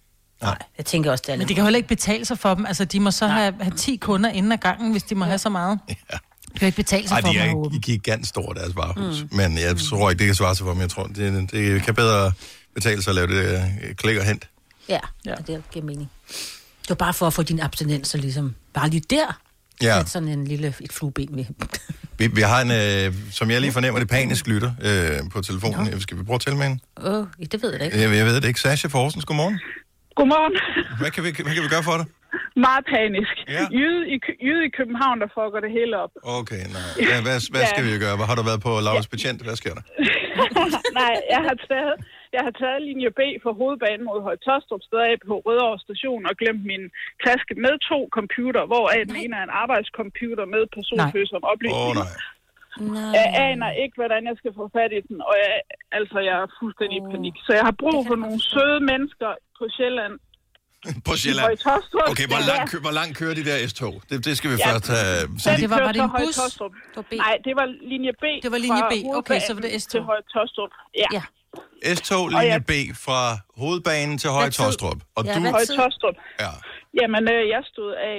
Speaker 4: Nej, jeg tænker også, det er
Speaker 3: Men det kan heller ikke betale sig for dem. Altså, de må så have 10 kunder inden ad gangen, hvis de må have så meget. Ja. Det kan ikke betale sig for dem.
Speaker 1: Nej, de er ikke gigant store, deres varehus. Men jeg tror ikke, det kan svare sig for dem. Jeg tror, det kan bedre betale sig at lave det klik og hent.
Speaker 4: Ja, det giver mening. Det var bare for at få dine abstinenser ligesom bare lige der.
Speaker 1: Ja.
Speaker 4: Sådan en lille flueben ved.
Speaker 1: Vi har en, som jeg lige fornemmer, det panisk lytter på telefonen. Ja. Skal vi prøve at tælle med hende?
Speaker 4: Det ved jeg da ikke.
Speaker 1: Jeg ved det ikke. Sasha fra Horsens, godmorgen.
Speaker 10: Godmorgen.
Speaker 1: Hvad kan vi gøre for dig?
Speaker 10: Meget panisk.
Speaker 1: Ja.
Speaker 10: Jyde i København, der fucker det hele op.
Speaker 1: Okay, nej. Ja, hvad skal vi gøre? Har du været på Lauras Betjent? Hvad sker der?
Speaker 10: Nej, jeg har taget linje B for hovedbanen mod Høje Taastrup, stedet af på Rødovre Station og glemt min taske med 2 computer, hvoraf den ene er en arbejdscomputer med personfølsomme oplysninger.
Speaker 4: Nej.
Speaker 10: Jeg aner ikke, hvordan jeg skal få fat i den, og jeg er fuldstændig i panik. Så jeg har brug for nogle søde mennesker på Sjælland.
Speaker 1: På Sjælland? Okay, hvor langt kører de der S-tog? Det skal vi først have...
Speaker 3: Var det en bus?
Speaker 10: Nej, det var linje B.
Speaker 3: Det var linje B, okay, så var det S-tog.
Speaker 10: Til Høje Taastrup, ja.
Speaker 1: S-tog, linje B, fra hovedbanen til Høje Taastrup. Og du...
Speaker 10: Høje Taastrup.
Speaker 1: Ja.
Speaker 10: Jamen, jeg stod af,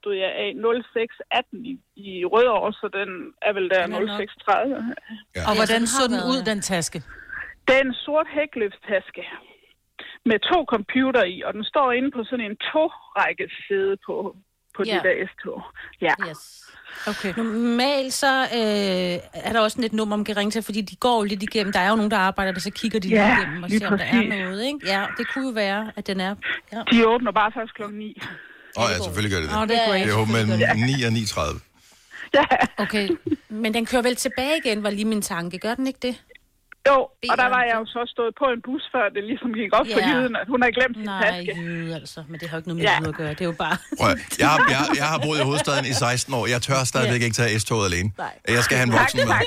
Speaker 10: 06.18 i Rødovre, så den er vel der 06.30.
Speaker 3: Ja. Og hvordan så den ud, den taske?
Speaker 10: Det er en sort hækløftstaske med 2 computer i, og den står inde på sådan en 2-række sæde på de der S-tog. Ja.
Speaker 4: Yes. Okay. Normalt så er der også et nummer, man kan ringe til, fordi de går lidt igennem. Der er jo nogen, der arbejder der, så kigger de lige igennem og ser, om der er noget, ikke? Ja, det kunne jo være, at den er... Ja.
Speaker 10: De åbner bare først klokken 9.
Speaker 1: Ja, selvfølgelig gør det det.
Speaker 3: Det er great.
Speaker 1: Det er åbent mellem 9 og 9.30.
Speaker 10: Ja.
Speaker 4: Okay, men den kører vel tilbage igen, var lige min tanke. Gør den ikke det?
Speaker 10: Jo, og der var jeg jo så stået på en bus, før det ligesom gik op for Jyden, at hun havde glemt sin taske.
Speaker 4: Nej, Jyde altså, men det har jo ikke noget med Jyde at gøre, det er jo bare...
Speaker 1: Jeg har boet i hovedstaden i 16 år, jeg tør stadigvæk ikke tage S-toget alene.
Speaker 4: Nej.
Speaker 1: Jeg skal have en voksen med.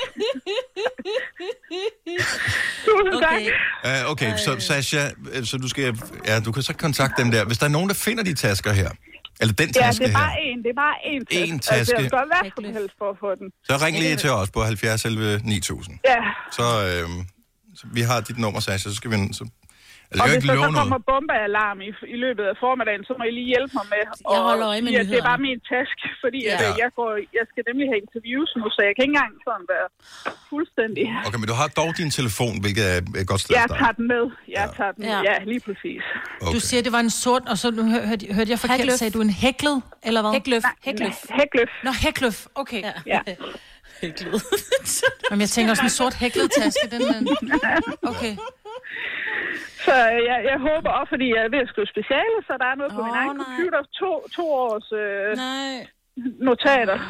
Speaker 10: Tusind tak.
Speaker 1: Okay, så Sasha, så du kan så kontakte dem der. Hvis der er nogen, der finder de tasker her, eller den taske her.
Speaker 10: Det er bare én taske.
Speaker 1: En taske.
Speaker 10: Altså, jeg skal være som helst for at få den.
Speaker 1: Så ring lige til os på 70 11 9000.
Speaker 10: Ja.
Speaker 1: Så vi har dit nummer, Sasha, så skal vi...
Speaker 10: Og hvis der så kommer bombealarm i løbet af formiddagen, så må I lige hjælpe mig med at det er bare min taske, fordi jeg skal nemlig have interviews nu, så jeg kan ikke engang sådan være fuldstændig...
Speaker 1: Okay, men du har dog din telefon, hvilket er et godt sted.
Speaker 10: Jeg tager den med. Ja, lige præcis.
Speaker 1: Okay.
Speaker 3: Du siger, det var en sort, og så hørte jeg forkert, sagde du en hæklet, eller hvad?
Speaker 10: Hækløf.
Speaker 3: Nå, hækløf, okay.
Speaker 10: Ja.
Speaker 4: Hæklet.
Speaker 3: Men jeg tænker sådan en sort hæklet taske, den... Okay.
Speaker 10: Så jeg håber også, fordi jeg er ved at skrive speciale, så der er noget på min egen computer. 2 års notater.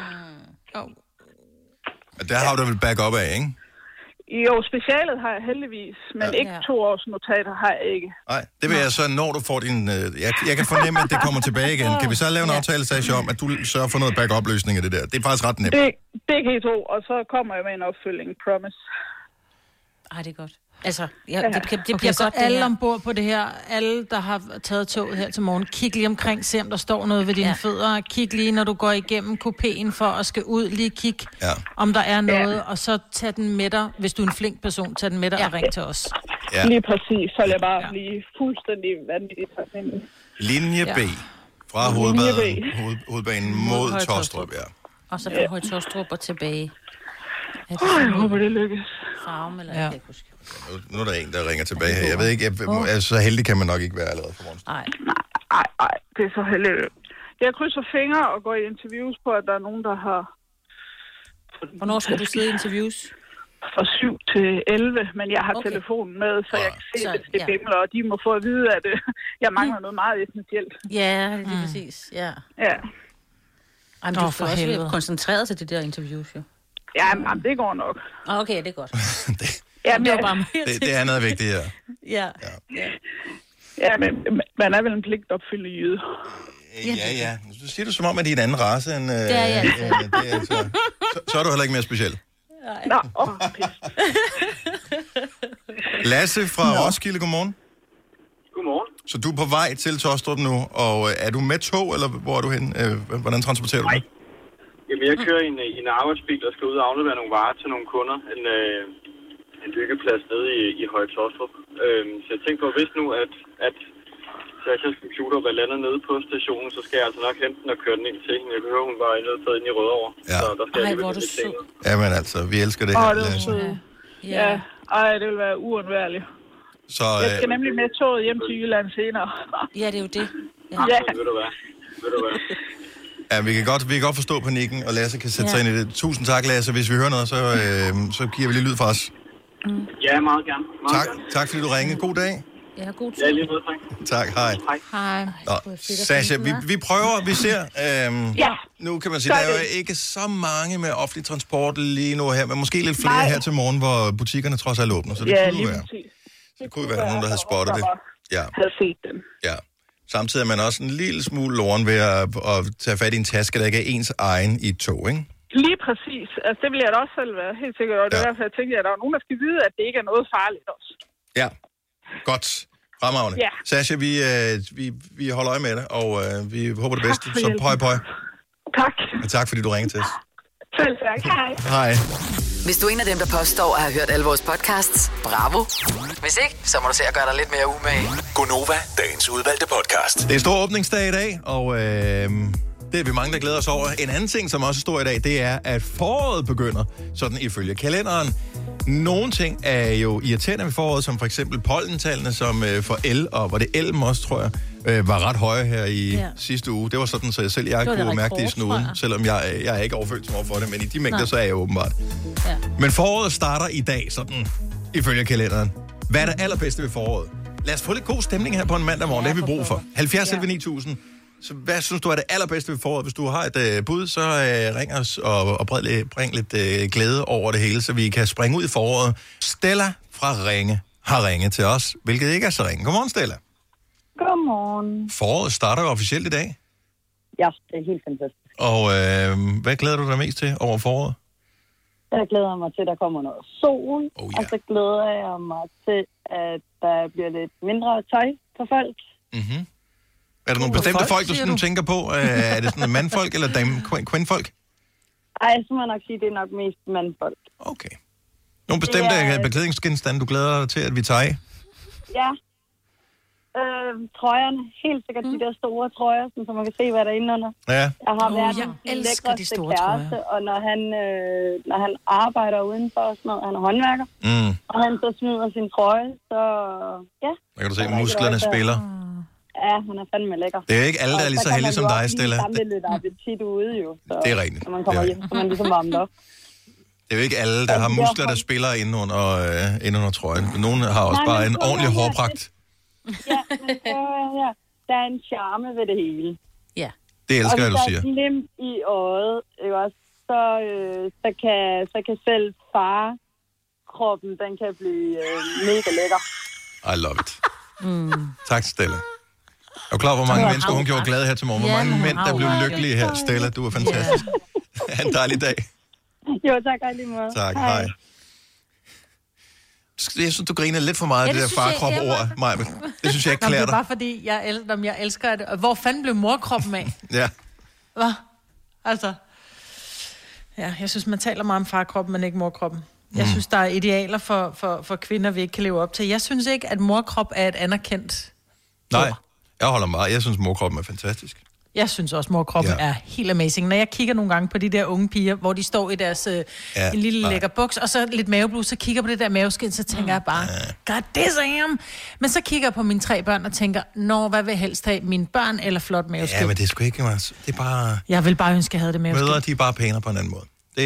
Speaker 1: Der har du vel backup af, ikke?
Speaker 10: Jo, specialet har jeg heldigvis, men ikke 2 års notater har jeg ikke.
Speaker 1: Nej, det vil jeg så, når du får din... Jeg kan fornemme, at det kommer tilbage igen. Kan vi så lave en aftale, Sasha, om, at du sørger for noget backup-løsning af det der? Det er faktisk ret nemt.
Speaker 10: Det kan I tro, og så kommer jeg med en opfølging, promise.
Speaker 4: Ej, det er godt. Altså, det bliver
Speaker 3: så
Speaker 4: godt, det
Speaker 3: alle
Speaker 4: her.
Speaker 3: ombord på det her, alle, der har taget toget her til morgen, kig lige omkring, se om der står noget ved dine fødder. Kig lige, når du går igennem kupéen for at skal ud, lige kig, om der er noget, og så tag den med dig, hvis du er en flink person, tag den med dig og ring til os.
Speaker 10: Ja. Lige præcis, så jeg bare blive fuldstændig vanvittigt taknemmelig.
Speaker 1: Linje B fra hovedbanen mod Taastrup,
Speaker 4: Og så fra Høje Taastrup og tilbage.
Speaker 10: Jeg håber, det lykkes.
Speaker 4: Farm, eller jeg kan huske.
Speaker 1: Nu er der en, der ringer tilbage her. Jeg ved ikke, så heldig kan man nok ikke være allerede for morgen.
Speaker 10: Nej, det er så heldigt. Jeg krydser fingre og går i interviews på, at der er nogen, der har...
Speaker 4: Hvornår skal du sidde i interviews?
Speaker 10: Fra 7 til 11, men jeg har telefonen med, så jeg kan se, hvis det bimler, og de må få at vide, at jeg mangler noget meget essentielt.
Speaker 4: Ja, det er præcis. Ja. Ej, men du skal også være koncentreret til det der interviews, jo.
Speaker 10: Ja, men det går nok.
Speaker 4: Okay, det er godt.
Speaker 1: Det er noget vigtigt,
Speaker 10: Ja, men man er vel en pligtopfyldende jyde.
Speaker 1: Ja. Du siger det som om, at de er en anden race end... så er du heller ikke mere speciel.
Speaker 10: Nå,
Speaker 1: Lasse fra Roskilde, godmorgen.
Speaker 11: Godmorgen.
Speaker 1: Så du er på vej til Taastrup nu, og er du med tog, eller hvor er du hen? Hvordan transporterer du det?
Speaker 11: Jamen, jeg kører i en arbejdsbil, og skal ud og aflevere nogle varer til nogle kunder. En byggeplads nede i Høje Taastrup. Så jeg tænkte på, hvis nu, at Sashas computer var landet nede på stationen, så skal jeg altså nok hente den og køre den ind til hende. Jeg kan høre, hun var nødt ind i Rødovre.
Speaker 1: Ja.
Speaker 11: Så der skal jeg
Speaker 4: hvor du så.
Speaker 1: Jamen altså, vi elsker det her.
Speaker 10: Ja. Ej, det vil være uundværligt.
Speaker 1: Så,
Speaker 10: jeg skal nemlig med toget hjem til Jylland senere.
Speaker 4: Ja, det er jo det.
Speaker 10: Ja.
Speaker 11: Ved du hvad?
Speaker 1: Ja, vi kan godt forstå panikken, og Lasse kan sætte sig ind i det. Tusind tak, Lasse. Hvis vi hører noget, så giver vi lige lyd fra os.
Speaker 11: Ja, meget gerne.
Speaker 1: Tak fordi du ringede. God dag.
Speaker 4: Ja, god tid.
Speaker 11: Ja, lige måde, tak.
Speaker 1: Tak, hej.
Speaker 4: Hej.
Speaker 1: Sasha, vi prøver, vi ser. Nu kan man sige, der er jo ikke så mange med offentlig transport lige nu her, men måske lidt flere her til morgen, hvor butikkerne trods alt åbner, så det kunne være. Det kunne være nogen, der havde spottet det. Ja.
Speaker 10: Havde set dem.
Speaker 1: Ja. Samtidig er man også en lille smule loren ved at tage fat i en taske, der ikke er ens egen i et tog, ikke?
Speaker 10: Lige præcis. Altså, det vil jeg da også selv være helt sikkert. Og det er derfor, jeg tænker, at der er nogen, der skal vide, at det ikke er noget farligt også.
Speaker 1: Ja. Godt. Fremragende. Ja. Sasha, vi holder øje med det, og vi håber det bedste. Så pøj.
Speaker 10: Tak.
Speaker 1: Og tak, fordi du ringede til os.
Speaker 10: Selv tak. Hej.
Speaker 5: Hej. Hvis du er en af dem, der påstår at have hørt alle vores podcasts, bravo. Hvis ikke, så må du se at gøre dig lidt mere umage.
Speaker 6: Gonova, dagens udvalgte podcast.
Speaker 1: Det er stor åbningsdag i dag, og det er vi mange, der glæder os over. En anden ting, som også er stor i dag, det er, at foråret begynder, sådan ifølge kalenderen. Nogle ting er jo irriterende ved foråret, som for eksempel pollentallene, som for el, og var det elm også, tror jeg, var ret høje her i sidste uge. Det var sådan, så jeg kunne mærke det i snuden, selvom jeg er ikke overfølsom over for det, men i de mængder, så er jeg åbenbart. Ja. Men foråret starter i dag, sådan ifølge kalenderen. Hvad er det allerbedste ved foråret? Lad os få lidt god stemning her på en mandag morgen, det har vi brug for. 70-9000. Så hvad synes du er det allerbedste ved foråret? Hvis du har et bud, så ring os og bring lidt glæde over det hele, så vi kan springe ud i foråret. Stella fra Ringe har ringet til os, hvilket ikke er så ringe. Godmorgen, Stella.
Speaker 12: Godmorgen.
Speaker 1: Foråret starter jo officielt i dag.
Speaker 12: Ja, det er helt fantastisk.
Speaker 1: Og hvad glæder du dig mest til over foråret?
Speaker 12: Jeg glæder mig til, at der kommer noget sol, og så glæder jeg mig til, at der bliver lidt mindre tøj på folk.
Speaker 1: Mhm. Er der nogle bestemte folk, du sådan tænker på? Er det sådan mandfolk eller kvindfolk?
Speaker 12: Ej, så må jeg nok sige, at det er nok mest mandfolk.
Speaker 1: Okay. Nogle bestemte beklædningsgenstande, du glæder dig til, at vi tager af?
Speaker 12: Ja. Trøjerne. Helt sikkert de der store trøjer, så man kan se, hvad der er inde under.
Speaker 1: Ja.
Speaker 12: Jeg har været den lækreste kæreste, og når han arbejder udenfor og sådan noget, han er håndværker, og han så smider sin trøje, så ja.
Speaker 1: Der kan du se, at musklerne spiller.
Speaker 12: Ja, han er fandme lækker.
Speaker 1: Det er ikke alle, der er lige så heldige som dig, Stella.
Speaker 12: Så kan man jo også lidt appetit ude, jo. Så,
Speaker 1: det er rigtigt.
Speaker 12: Når man kommer hjem, så man ligesom varmt op.
Speaker 1: Det er jo ikke alle, der har muskler, der spiller inde under trøjen. Nogle har også bare en ordentlig hårpragt.
Speaker 12: Ja, men der er en charme ved det hele.
Speaker 4: Ja.
Speaker 1: Det elsker jeg, du siger.
Speaker 12: Og hvis der er glimt i øjet, så kan selv farkroppen, den kan blive mega lækker.
Speaker 1: I love it. Tak, Stella. Jeg er klar, hvor mange mennesker hun gjorde glade her til morgen. Hvor mange mænd, der blev lykkelige her. Stella, du er fantastisk. Ha' en dejlig dag.
Speaker 12: Jo, tak. Lige måde.
Speaker 1: Tak, hej. Jeg synes, du griner lidt for meget af det der farkrop-ord, Maja. Det synes jeg ikke klæder dig.
Speaker 3: Det er bare fordi, jeg elsker det. Hvor fanden blev morkroppen af?
Speaker 1: Ja.
Speaker 3: Hvad? Altså. Ja, jeg synes, man taler meget om farkroppen, men ikke morkroppen. Jeg synes, der er idealer for kvinder, vi ikke kan leve op til. Jeg synes ikke, at morkrop er et anerkendt ord.
Speaker 1: Nej, jeg holder meget. Jeg synes, morkroppen er fantastisk.
Speaker 3: Jeg synes også, morkroppen er helt amazing. Når jeg kigger nogle gange på de der unge piger, hvor de står i deres en lille lækker buks, og så lidt maveblus, så kigger på det der maveskin, så tænker jeg bare, god damn! Men så kigger jeg på mine 3 børn og tænker, hvad vil jeg helst have, mine børn eller flot maveskin?
Speaker 1: Ja, men det er sgu ikke, det er bare...
Speaker 3: Jeg vil bare ønske, at jeg havde det maveskin.
Speaker 1: Mødre, de er bare pænere på en anden måde.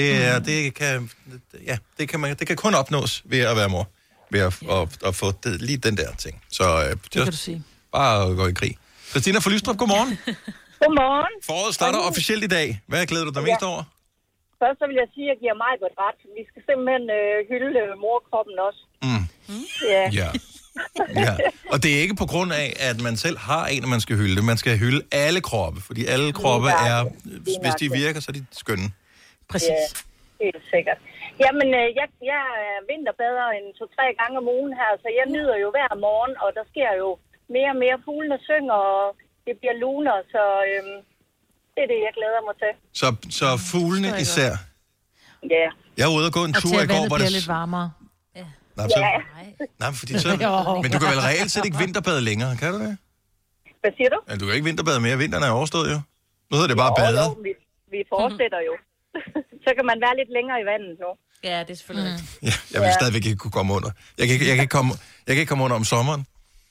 Speaker 1: Det kan kun opnås ved at være mor. Ved at få lige den der ting. Så
Speaker 3: det kan du sige.
Speaker 1: Bare gå i krig. Christina fra Lystrup, godmorgen.
Speaker 13: Godmorgen.
Speaker 1: Foråret starter officielt i dag. Hvad glæder du dig mest over?
Speaker 13: Først så vil jeg sige, at jeg giver mig godt ret. Vi skal simpelthen hylde morkroppen også.
Speaker 1: Ja. Og det er ikke på grund af, at man selv har en, man skal hylde. Man skal hylde alle kroppe, fordi alle kroppe er, hvis de virker, så er de skønne.
Speaker 3: Præcis.
Speaker 13: Ja, helt sikkert. Jamen, jeg er vinterbader en 2-3 gange om ugen her, så jeg nyder jo hver morgen, og der sker jo mere og mere. Fuglene synger, og det bliver luner, så det er det, jeg glæder mig til.
Speaker 1: Så fuglene især?
Speaker 13: Ja.
Speaker 1: Jeg var ude og gå en tur i går, hvor
Speaker 3: det bliver lidt varmere.
Speaker 1: Nej, fordi så... Men du kan vel reelt set ikke vinterbade længere, kan du det?
Speaker 13: Hvad siger du?
Speaker 1: Ja, du kan ikke vinterbade mere. Vinteren er overstået, jo. Nu hedder det bare bade.
Speaker 13: Jo, vi fortsætter jo. Så kan man være lidt længere i vandet nu.
Speaker 4: Ja, det er selvfølgelig rigtigt.
Speaker 1: Ja, jeg vil stadigvæk ikke kunne komme under. Jeg kan ikke komme under om sommeren.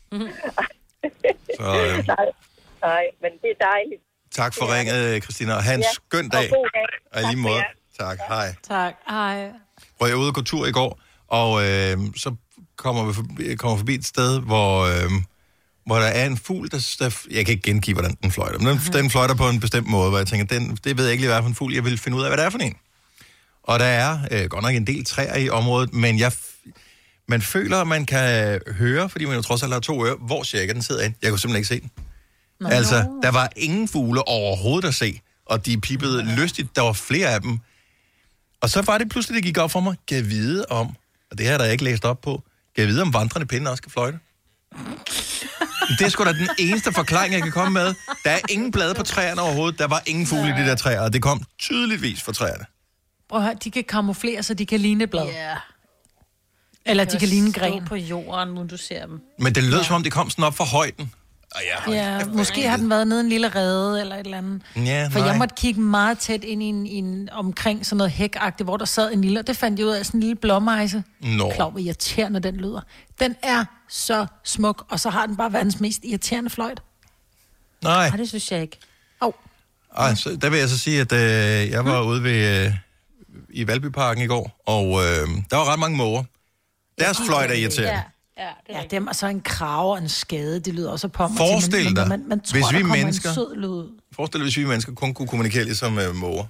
Speaker 1: Så,
Speaker 13: nej, men det er dejligt.
Speaker 1: Tak for ringet, Christina. Og have en skøn dag.
Speaker 13: Og god dag.
Speaker 1: Og i lige måde. Tak. Hej.
Speaker 3: Tak. Hej.
Speaker 1: Hvor jeg var ude og gå tur i går, og så kommer forbi et sted, hvor der er en fugl, der jeg kan ikke gengive, hvordan den fløjter. Men den fløjter på en bestemt måde, hvor jeg tænker, det ved jeg ikke lige, hvad for en fugl. Jeg vil finde ud af, hvad det er for en. Og der er godt nok en del træer i området, men man føler, at man kan høre, fordi man jo trods alt har 2 ører, hvor cirka den sidder ind. Jeg kunne simpelthen ikke se den. Altså, der var ingen fugle overhovedet at se, og de pippede lystigt. Der var flere af dem. Og så var det pludselig, det gik op for mig, kan vide om, og det her der jeg ikke læst op på, kan vide om vandrende pinde også kan fløjte. Det er sgu da den eneste forklaring, jeg kan komme med. Der er ingen blade på træerne overhovedet. Der var ingen fugle i de der træer, og det kom tydeligvis fra træerne.
Speaker 3: Prøv at høre, de kan kamuflere, så de kan ligne et blad.
Speaker 4: Ja.
Speaker 3: Eller de kan ligne en gren.
Speaker 4: På jorden, nu du ser dem.
Speaker 1: Men det lød som om, det kom sådan op fra højden.
Speaker 3: Ja, måske har den været nede i en lille rede eller et eller andet.
Speaker 1: Ja,
Speaker 3: for jeg måtte kigge meget tæt ind i en omkring sådan noget hækagtigt, hvor der sad en lille, og det fandt jeg ud af sådan en lille blåmejse. Klar, hvor irriterende den lyder. Den er så smuk, og så har den bare verdens mest irriterende fløjt.
Speaker 1: Nej.
Speaker 4: Det synes jeg ikke.
Speaker 1: Ej, så der vil jeg så sige, at jeg var ude i Valbyparken i går, og der var ret mange måger. Deres fløjt er irriterende.
Speaker 3: Ja, dem og så en krave og en skade, det lyder også på mig.
Speaker 1: Forestil dig,
Speaker 3: man tror,
Speaker 1: hvis vi
Speaker 3: mennesker,
Speaker 1: hvis vi mennesker kun kunne kommunikere ligesom måger.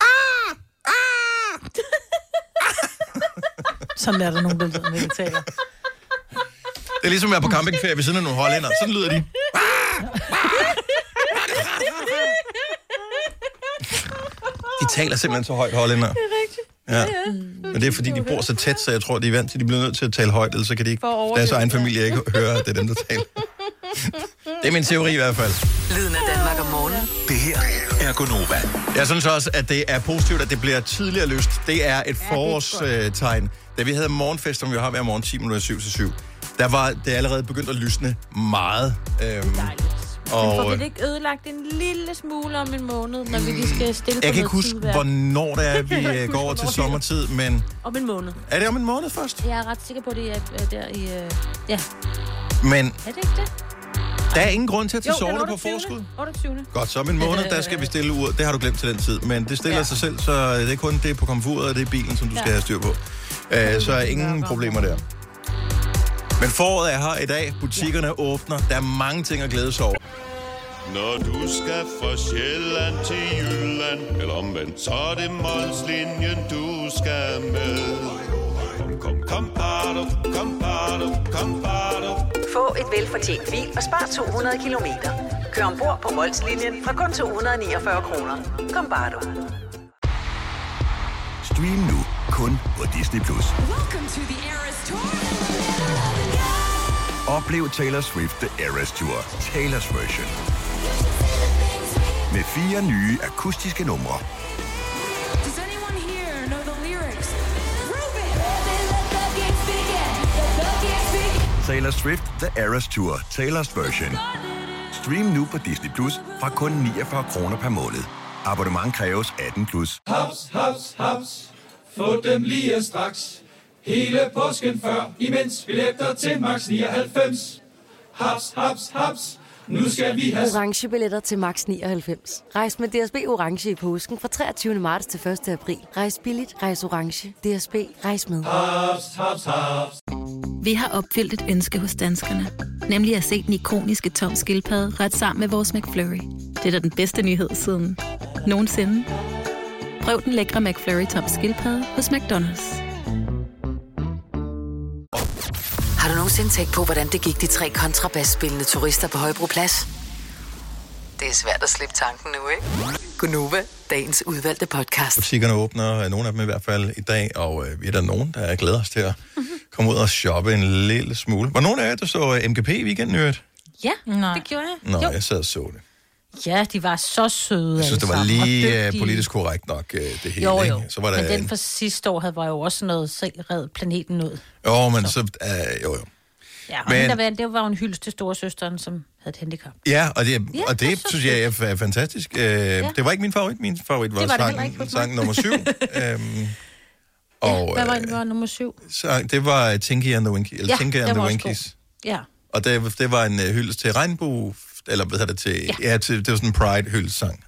Speaker 3: Sådan er der nogen, der lyder, når de taler.
Speaker 1: Det er ligesom at være på campingferie ved siden af nogle hollænder. Sådan lyder de. De taler simpelthen så højt, hollænder.
Speaker 4: Det er rigtigt.
Speaker 1: Ja. Men det er fordi, de bor så tæt, så jeg tror, de er vant til, de bliver nødt til at tale højt, ellers så kan de ikke, deres egen familie ikke høre, at det er dem, der taler. Det er min teori i hvert fald.
Speaker 5: Lyden af Danmark om morgenen.
Speaker 14: Det her er Gonova.
Speaker 1: Jeg synes også, at det er positivt, at det bliver tidligere lyst. Det er et forårstegn. Da vi havde morgenfest, som vi har hver morgen 7:10 til 7, der var det allerede begyndt at lysne meget.
Speaker 4: Og får vi det ikke ødelagt en lille smule om en måned, når vi lige skal stille på noget?
Speaker 1: Jeg kan ikke huske, hvornår det er, vi går over til sommertid, men...
Speaker 4: Om en måned.
Speaker 1: Er det om en måned først?
Speaker 4: Jeg er ret sikker på, det er der i... Ja.
Speaker 1: Men...
Speaker 4: Er det ikke det?
Speaker 1: Der er ingen grund til at tage sovende på forskud.
Speaker 4: 28.
Speaker 1: Godt, så om en måned, der skal vi stille ud. Det har du glemt til den tid, men det stiller sig selv, så det er kun det på komfuret, og det er bilen, som du skal have styr på. Så er ingen problemer der. Men foråret er her i dag. Butikkerne åbner. Der er mange ting at glæde sig over.
Speaker 15: Når du skal fra Sjælland til Jylland, eller omvendt, så er det Molslinjen, du skal med. Kom, bado, kom, bado, kom, bado.
Speaker 5: Få et velfortjent bil og spar 200 kilometer. Kør ombord på Molslinjen fra kun 249 kroner. Kom, bado.
Speaker 14: Stream nu kun på Disney+. Oplev Taylor Swift The Eras Tour, Taylor's version. Med 4 nye akustiske numre. Taylor Swift The Eras Tour, Taylor's version. Stream nu på Disney+ fra kun 49 kroner per måned. Abonnement kræves 18+.
Speaker 16: Haps, haps, haps. Få dem lige straks. Hele påsken før, imens billetter til max 99. Haps, haps, haps. Nu skal vi have
Speaker 17: orange billetter til max 99. Rejs med DSB orange i påsken fra 23. marts til 1. april. Rejs billigt, rejs orange. DSB, rejs med.
Speaker 16: haps, haps, haps.
Speaker 18: Vi har opfyldt et ønske hos danskerne. Nemlig at se den ikoniske Tom Skildpadde ret sammen med vores McFlurry. Det er da den bedste nyhed siden nogensinde. Prøv den lækre McFlurry Tom Skildpadde hos McDonald's.
Speaker 5: Har du nogensinde tænkt på, hvordan det gik de 3 kontrabasspillende turister på Højbroplads? Det er svært at slippe tanken nu, ikke? Gonova, dagens udvalgte podcast.
Speaker 1: Butikkerne åbner, nogle af dem i hvert fald i dag, og vi er der nogen, der glæder os til at komme ud og shoppe en lille smule. Var nogen af jer, der så MGP i weekenden, øvrigt?
Speaker 4: Ja, det gjorde jeg.
Speaker 1: Nå, jeg sad og så det.
Speaker 4: Ja, de var så søde.
Speaker 1: Jeg synes, det var lige politisk korrekt nok, det hele.
Speaker 4: Jo.
Speaker 1: Ikke? Så var der
Speaker 4: men den for sidste år var jo også noget, selv red planeten ud.
Speaker 1: Jo, men så jo.
Speaker 4: Ja, og men det var jo en hyldest til storesøsteren, som havde et handicap.
Speaker 1: Ja, og det synes jeg er fantastisk. Det var ikke min favorit. Min favorit var sang nummer 7.
Speaker 4: Hvad var nummer 7?
Speaker 1: Det var Tinky and the Winkies. Eller Tinky and the Winkies.
Speaker 4: Ja.
Speaker 1: Og det var en hyldest til regnbue, eller hvad hedder det til? Ja, det var sådan en Pride-hyldesang.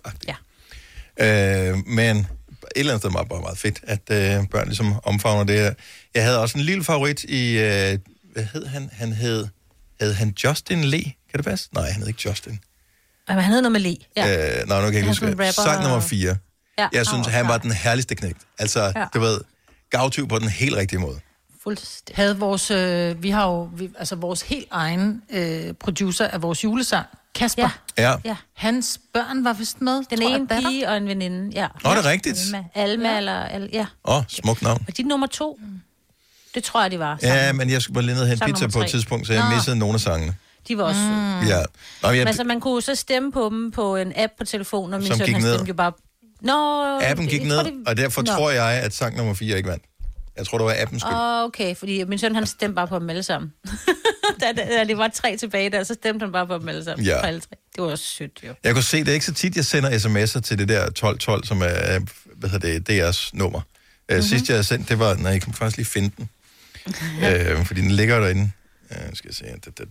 Speaker 1: Ja. Men et eller andet sted var bare meget fedt, at børn ligesom omfavner det. Jeg havde også en lille favorit i, hvad hed han? Hed han Justin Lee? Kan det passe? Nej, han hed ikke Justin.
Speaker 4: Men han hed noget med Lee. Ja.
Speaker 1: Nu kan jeg ikke huske. Sang nummer 4. Ja. Jeg synes, han var den herligste knægt. Altså, du ved, gavtyv på den helt rigtige måde.
Speaker 3: Fuldstændig. Havde vores, vores helt egen producer af vores julesang, Kasper.
Speaker 1: Ja.
Speaker 3: Hans børn var vist med.
Speaker 4: Den ene pige og en veninde. Ja.
Speaker 1: Det er rigtigt.
Speaker 4: Alma eller... Ja.
Speaker 1: Smukt navn.
Speaker 4: Og de nummer 2. Det tror jeg, de var.
Speaker 1: Ja, men jeg skulle lige ned og hente pizza på et tidspunkt, så jeg missede nogle af sangene.
Speaker 4: De var også
Speaker 1: Ja.
Speaker 4: Men altså, man kunne så stemme på dem på en app på telefonen, og min søn han stemte jo bare...
Speaker 1: Appen gik ned, og derfor tror jeg, at sang nummer 4 ikke vandt. Jeg tror, det var appens skyld.
Speaker 4: Okay, fordi min søn han stemte bare på dem alle sammen. da det var 3 tilbage der, så stemte han bare på dem alle sammen.
Speaker 1: Ja.
Speaker 4: Alle 3. Det var sødt, jo.
Speaker 1: Jeg kunne se, det er ikke så tit, jeg sender sms'er til det der 1212, som er, DR's nummer. Sidst jeg sendte, det var... Nej, jeg kan faktisk lige finde den. Fordi den ligger derinde. Skal jeg se...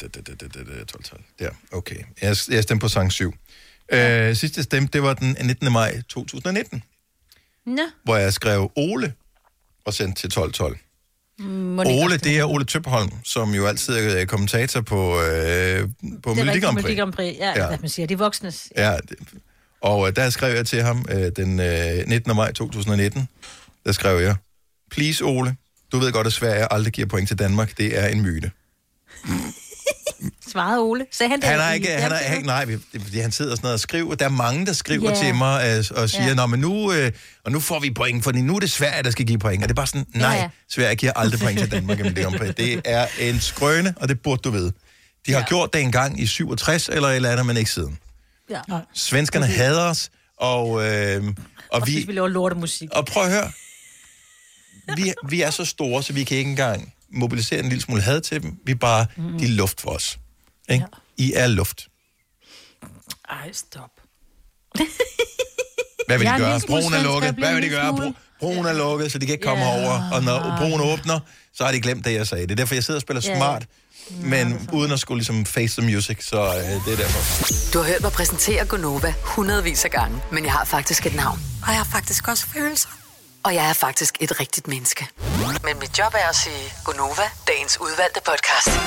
Speaker 1: 1212. Der, okay. Jeg stemte på sang 7. Sidst jeg stemte, det var den 19. maj 2019.
Speaker 4: Nå.
Speaker 1: Hvor jeg skrev Ole og sendte til 1212. Ole, det er Ole Tøbholm, som jo altid er kommentator på Melodi Grand Prix.
Speaker 4: Ja, hvad man siger, de voksnes.
Speaker 1: Ja, og der skrev jeg til ham den 19. maj 2019, der skrev jeg, please Ole, du ved godt, at Sverige aldrig giver point til Danmark, det er en myte.
Speaker 4: Svarede Ole. Sagde han det?
Speaker 1: Nej, fordi han sidder sådan noget og skriver. Der er mange, der skriver til mig og siger, nå, men nu får vi point, for nu er det Sverige, der skal give point. Og det er bare sådan, nej, Sverige giver aldrig point til Danmark. Det er en skrøne, og det burde du vide. De har gjort det engang i 67 eller et eller andet, men ikke siden.
Speaker 4: Ja.
Speaker 1: Svenskerne hader os, og vi
Speaker 4: laver lortemusik.
Speaker 1: Og prøv at høre. Vi er så store, så vi kan ikke engang mobilisere en lille smule had til dem. Vi er bare, de er luft for os. Ikke? Ja. I er luft.
Speaker 3: Ej, stop.
Speaker 1: Hvad vil de gøre? Broen er lukket. Hvad vil de gøre? Broen er lukket, så de kan ikke komme over. Og når broen åbner, så har de glemt det, jeg sagde. Det er derfor, jeg sidder og spiller smart, men uden at skulle ligesom face the music, så det er derfor.
Speaker 5: Du har hørt mig præsentere Gonova hundredvis af gange, men jeg har faktisk et navn. Og jeg har faktisk også følelser. Og jeg er faktisk et rigtigt menneske. Men mit job er at sige Gonova, dagens udvalgte podcast.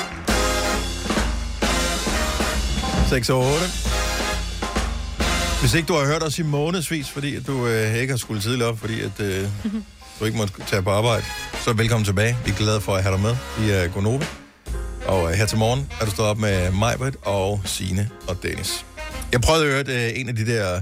Speaker 1: 6:08. Hvis ikke du har hørt os i månedsvis, fordi at du ikke har skulle tidligt op, fordi at du ikke måtte tage på arbejde, så velkommen tilbage. Vi er glade for at have dig med. Vi er Gonova. Og her til morgen er du stået op med Majbrit og Signe og Dennis. Jeg prøvede at høre en af de der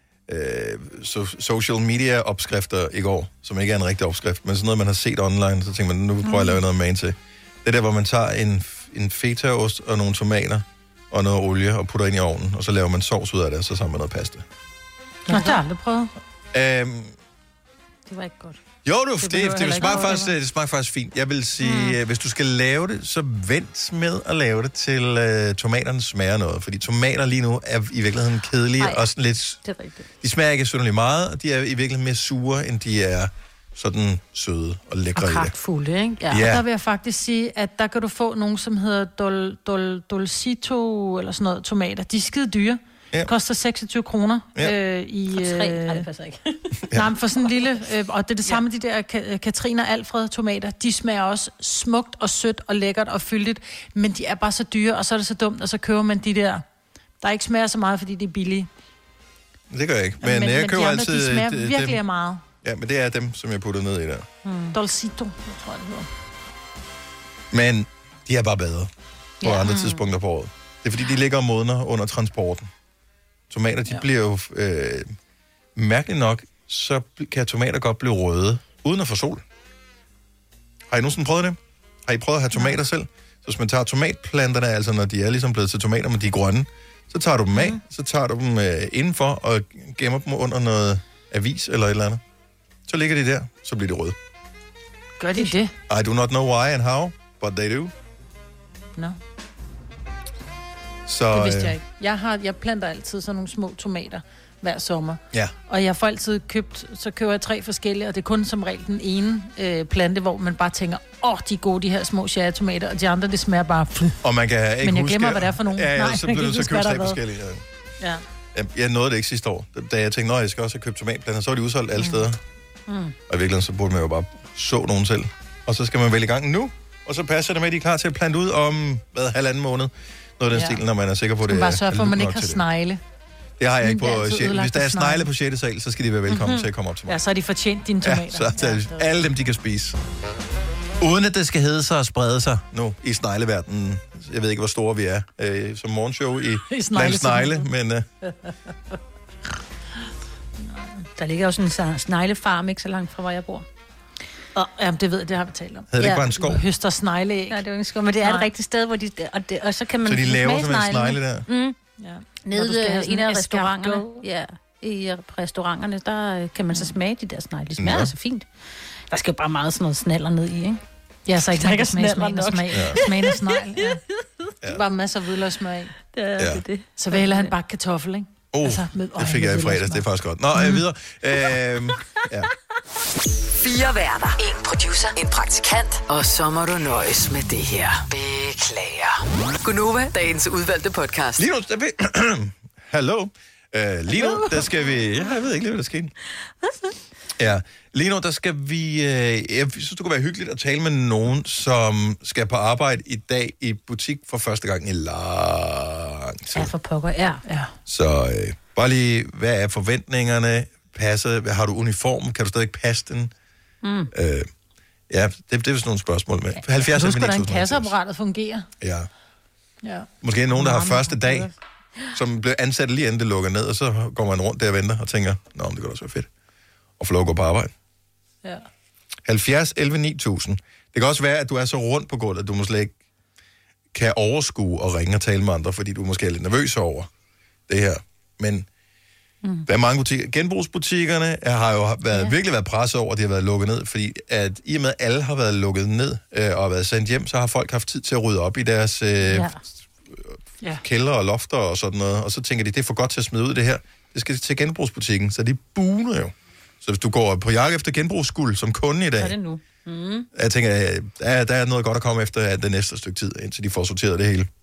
Speaker 1: social media opskrifter i går, som ikke er en rigtig opskrift, men sådan noget, man har set online, så tænker man, nu prøver jeg at lave noget man til. Det er der, hvor man tager en fetaost og nogle tomater og noget olie og putter ind i ovnen, og så laver man sovs ud af det, og så sammen med noget pasta.
Speaker 3: Nå, det har jeg aldrig prøvet.
Speaker 4: Det var ikke godt.
Speaker 1: Jo, det smager faktisk fint. Jeg vil sige, hvis du skal lave det, så vent med at lave det til tomaterne smager noget. Fordi tomater lige nu er i virkeligheden kedelige og sådan lidt...
Speaker 4: Det er rigtigt.
Speaker 1: De smager ikke synderligt meget, og de er i virkeligheden mere sure, end de er sådan søde og lækre i det.
Speaker 3: Og kraftfulde, ikke? Ja. Og der vil jeg faktisk sige, at der kan du få nogle, som hedder Dolcito eller sådan noget tomater. De er skide dyre. Det koster 26 kroner.
Speaker 4: Ja. Nej, det passer ikke.
Speaker 3: Nej, for sådan en lille... og det er det samme, de der Katrine og Alfred tomater. De smager også smukt og sødt og lækkert og fyldigt, men de er bare så dyre, og så er det så dumt, og så køber man de der ikke smager så meget, fordi de er billige.
Speaker 1: Det gør jeg ikke. Men jeg køber altid...
Speaker 3: De smager virkelig meget.
Speaker 1: Ja, men det er dem, som jeg putter ned i der.
Speaker 3: Dolcito, tror jeg, det hedder.
Speaker 1: Men de er bare bedre på andre tidspunkter på året. Det er fordi, de ligger og modner under transporten. Tomater, de bliver jo... mærkeligt nok, så kan tomater godt blive røde, uden at få sol. Har I nogensinde prøvet det? Har I prøvet at have tomater selv? Så hvis man tager tomatplanterne, altså når de er ligesom blevet til tomater, men de er grønne, så tager du dem af, så tager du dem indenfor og gemmer dem under noget avis eller et eller andet. Så ligger de der, så bliver de røde.
Speaker 3: Gør de det?
Speaker 1: I do not know why and how, but they do.
Speaker 3: Nå.
Speaker 1: Så,
Speaker 3: Det vidste jeg ikke. Jeg planter altid sådan nogle små tomater hver sommer.
Speaker 1: Ja.
Speaker 3: Og jeg får altid køber jeg 3 forskellige, og det er kun som regel den ene plante, hvor man bare tænker, de er gode, de her små cherrytomater, og de andre, det smager bare
Speaker 1: Og man kan ikke
Speaker 3: Men jeg
Speaker 1: huske,
Speaker 3: glemmer, hvad det er for nogen.
Speaker 1: Ja,
Speaker 3: Nej,
Speaker 1: så bliver du så købt 3 forskellige.
Speaker 3: Ja.
Speaker 1: Jeg nåede det ikke sidste år, da jeg tænkte, jeg skal også have købt tomatplanter, så var de udsolgt alle steder. Og i virkeligheden, så burde man jo bare så nogen selv. Og så skal man vælge i gang nu, og så passer det med, at de er klar til at plante ud om, 1,5 måned. Noget af den stil, når man er sikker på, det
Speaker 3: bare sørge for, at man ikke har snegle.
Speaker 1: Det har jeg ikke på 6. Hvis der er snegle på 6. sal, så skal de være velkommen til at komme op til mig.
Speaker 3: Ja, så har de fortjent dine tomater.
Speaker 1: Ja, så alle dem, de kan spise. Uden at det skal hedde sig og sprede sig nu i snegleverdenen. Jeg ved ikke, hvor store vi er som morgenshow i blandt snegle, men...
Speaker 4: Der ligger også en sneglefarm, ikke så langt fra, hvor jeg bor.
Speaker 3: Jamen, det ved jeg, det har vi talt om.
Speaker 1: Hedder det ikke bare en skov?
Speaker 3: Høster snegleæg.
Speaker 4: Nej, det er jo en skov, men det er et rigtigt sted, hvor og så kan man...
Speaker 1: Så de laver som en snegle der?
Speaker 4: Ja. Nede i en af restauranterne. Ja, i restauranterne, der kan man så smage de der snegle. De smager så fint. Der skal jo bare meget sådan noget snaller ned i, ikke?
Speaker 3: Ja, så ikke man kan smage smagen af snegl. Ja. Bare masser af hvidløgssmag i.
Speaker 4: Det.
Speaker 3: Så vælger han bakke kartoffel, ikke?
Speaker 1: Det fik jeg i fredags, det er faktisk godt. Nå, videre. Ja.
Speaker 5: 4 værter, 1 producer, 1 praktikant, og så må du nøjes med det her. Beklager. Gunova, dagens udvalgte podcast.
Speaker 1: Lige nu, hallo. Lige nu, der skal vi... Jeg ved ikke lige, hvad der sker. Ja, lige nu, der skal vi... Jeg synes, det kunne være hyggeligt at tale med nogen, som skal på arbejde i dag i butik for første gang i lang tid.
Speaker 4: Ja, for pokker, ja.
Speaker 1: Så bare lige, hvad er forventningerne? Har du uniform? Kan du stadig passe den? Ja, det er sådan nogle spørgsmål med. 70
Speaker 3: husk, hvordan kasseapparatet fungerer.
Speaker 1: Ja.
Speaker 3: Ja.
Speaker 1: Måske nogen, der har første dag, som bliver ansat lige inden det lukker ned, og så går man rundt der og venter og tænker, nå, det kan også være fedt at få lov at gå på arbejde.
Speaker 3: Ja.
Speaker 1: 70 11 9000. Det kan også være, at du er så rundt på gulvet, at du måske ikke kan overskue og ringe og tale med andre, fordi du måske er lidt nervøs over det her. Men der er mange butikker. Genbrugsbutikkerne har jo virkelig været presset over, at de har været lukket ned, fordi at i og med, at alle har været lukket ned og været sendt hjem, så har folk haft tid til at rydde op i deres kælder og lofter og sådan noget. Og så tænker de, det er for godt til at smide ud det her. Det skal til genbrugsbutikken, så de buner jo. Så hvis du går på jagt efter genbrugsguld som kunde i dag,
Speaker 4: så er det nu.
Speaker 1: Jeg tænker, der er noget godt at komme efter det næste stykke tid, indtil de får sorteret det hele.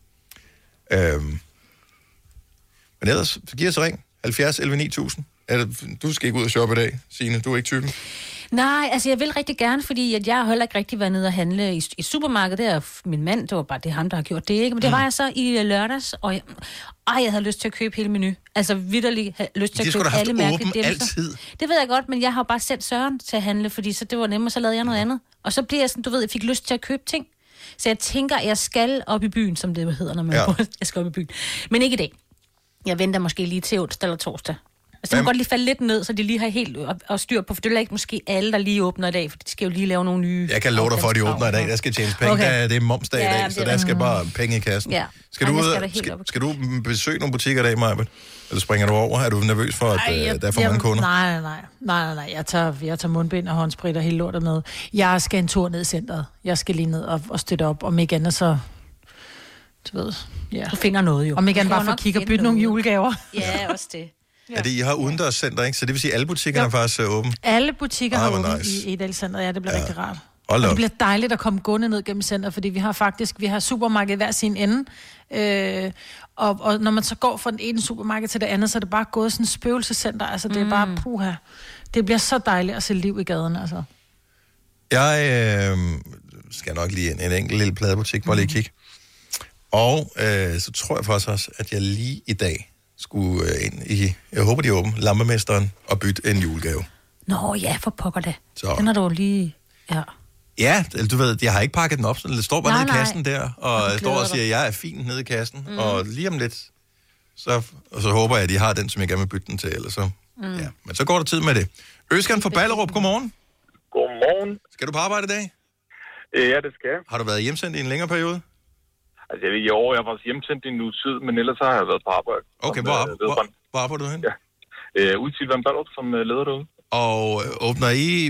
Speaker 1: Men ellers, så giver os ring. 70 11 9000. Du skal ikke ud og shoppe i dag, Signe. Du er ikke typen.
Speaker 4: Nej, altså jeg vil rigtig gerne, fordi at jeg har heller ikke rigtig været nede og handle i supermarkedet. Det er min mand, det var bare det ham, der har gjort det, ikke? Men det var jeg så i lørdags, og jeg havde lyst til at købe hele menu. Altså vitterligt havde lyst til at købe alle mærkelige dimser. Det ved jeg godt, men jeg har bare sendt Søren til at handle, fordi så det var nemmere, så lavede jeg noget andet. Og så bliver jeg sådan, du ved, jeg fik lyst til at købe ting. Så jeg tænker, jeg skal op i byen, som det hedder, når man jeg skal op i byen. Men ikke i dag. Jeg venter måske lige til onsdag eller torsdag. Altså, det må godt lige falde lidt ned, så de lige har helt og styr på, for det er ikke måske alle, der lige åbner i dag, for de skal jo lige lave nogle nye...
Speaker 1: Jeg kan love dig for, at de åbner i dag. Der skal tjenes penge. Okay. Det er momsdag i dag, så der skal bare penge i kassen. Ja. Skal du besøge nogle butikker i dag, Maja? Eller springer du over? Er du nervøs for, at der er for mange kunder?
Speaker 3: Nej. Jeg tager mundbind og håndsprit og hele lortet med. Jeg skal en tur ned i centret. Jeg skal lige ned og støtte op. Om ikke andet, så... Du ved,
Speaker 4: du finder noget jo.
Speaker 3: Om ikke andet bare for at kigge og bytte nogle julegaver.
Speaker 4: Ja, også det.
Speaker 1: Ja. Er det, I har udendørscenter, ikke? Så det vil sige, at alle butikkerne er faktisk åbne?
Speaker 3: Alle butikker har åbent i Edal-centret, ja, det bliver rigtig rart. Og det bliver dejligt at komme gående ned gennem centret, fordi vi har supermarked hver sin ende. Og når man så går fra den ene supermarked til det andet, så er det bare gået sådan et spøgelsescenter. Altså, det er bare puha. Det bliver så dejligt at se liv i gaden, altså.
Speaker 1: Jeg skal nok lige ind i en enkelt lille pladebutik, bare lige kigge. Og så tror jeg faktisk også, at jeg lige i dag skulle ind i, jeg håber de er åbne, Lampemesteren og bytte en julegave.
Speaker 4: Nå ja, for pokker det. Så. Den har du lige,
Speaker 1: Ja, du ved, jeg har ikke pakket den op, så det står bare nede i kassen der, og står og siger, at jeg er fin nede i kassen, og lige om lidt, så håber jeg, at de har den, som jeg gerne vil bytte den til, eller så. Ja, men så går der tid med det. Øskan fra Ballerup, godmorgen.
Speaker 19: Godmorgen.
Speaker 1: Skal du på arbejde i dag?
Speaker 19: Ja, det skal jeg.
Speaker 1: Har du været hjemsendt i en længere periode?
Speaker 19: Altså, jeg ved ikke, jeg var hjemsendt i en uge tid, men ellers har jeg været på arbejde.
Speaker 1: Okay, hvor arbejder du hen?
Speaker 19: Ja. Ude til Van Ballerup som leder derude.
Speaker 1: Og åbner I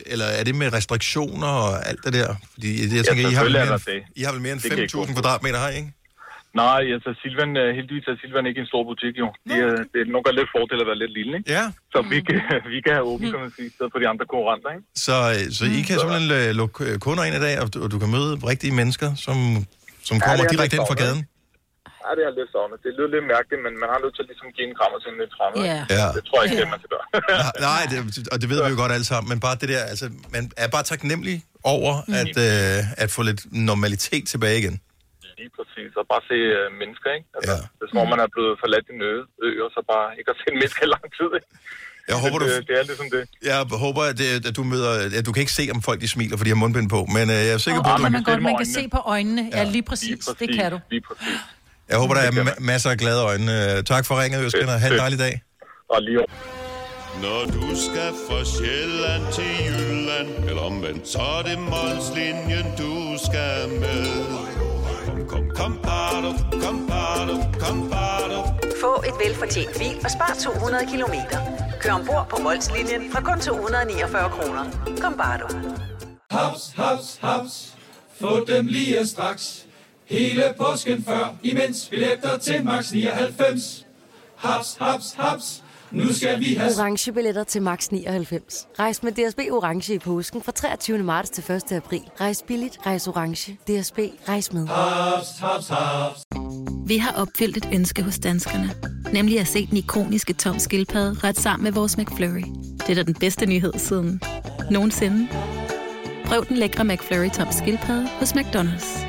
Speaker 1: eller er det med restriktioner og alt det der? Fordi jeg tænker, I har vel mere end 5.000 kvadratmeter her, ikke?
Speaker 19: Nej, altså heldigvis er Silvan ikke en stor butik, jo. Det er nok lidt fordel at være lidt lille, ikke?
Speaker 1: Ja.
Speaker 19: Så vi kan have åbent, kan man sige, i stedet for de andre konkurrenter, ikke?
Speaker 1: Så I kan simpelthen lukke kunder ind i dag, og du kan møde rigtige mennesker, som kommer direkte ind fra gaden?
Speaker 19: Ja, det er lidt savnet. Det lyder lidt mærkeligt, men man har nødt til at ligesom give en krammer til en lidt fremmed.
Speaker 1: Ja.
Speaker 19: Det tror jeg ikke, man skal gøre.
Speaker 1: Nej, og det ved vi jo godt alle sammen, men bare det der, altså, man er bare taknemmelig over at få lidt normalitet tilbage igen.
Speaker 19: Lige præcis, og bare se mennesker, ikke? Altså, det er som om, man er blevet forladt i en ø, og så bare ikke har set mennesker i lang tid, ikke?
Speaker 1: Jeg håber,
Speaker 19: det er ligesom det.
Speaker 1: Jeg håber, at du møder... At du kan ikke se, om folk de smiler, fordi de har mundbind på, men jeg er sikker på...
Speaker 3: Man kan se på øjnene. Ja, lige præcis. Det kan du.
Speaker 19: Lige præcis.
Speaker 1: Jeg håber, der er masser af glade øjne. Tak for ringet, Øsken, og have en dejlig dag.
Speaker 19: Og lige
Speaker 15: Når du skal fra Sjælland til Jylland, eller omvendt, så er det Molslinjen, du skal med. Kom, bado, kom, bado.
Speaker 5: Få et velfortjent bil og spar 200 kilometer. Kør ombord på Molslinjen fra kun 249 kroner. Kom, bado.
Speaker 16: Haps, haps, haps. Få dem lige straks. Hele påsken før, imens billetter til max 99. Haps, haps, haps. Nu skal vi have
Speaker 17: orange billetter til max 99. Rejs med DSB orange i påsken fra 23. marts til 1. april. Rejs billigt, rejs orange. DSB, rejs med.
Speaker 16: Haps, haps, haps.
Speaker 18: Vi har opfyldt et ønske hos danskerne. Nemlig at se den ikoniske Tom Skildpadde ret sammen med vores McFlurry. Det er da den bedste nyhed siden nogensinde. Prøv den lækre McFlurry Tom Skildpadde hos McDonald's.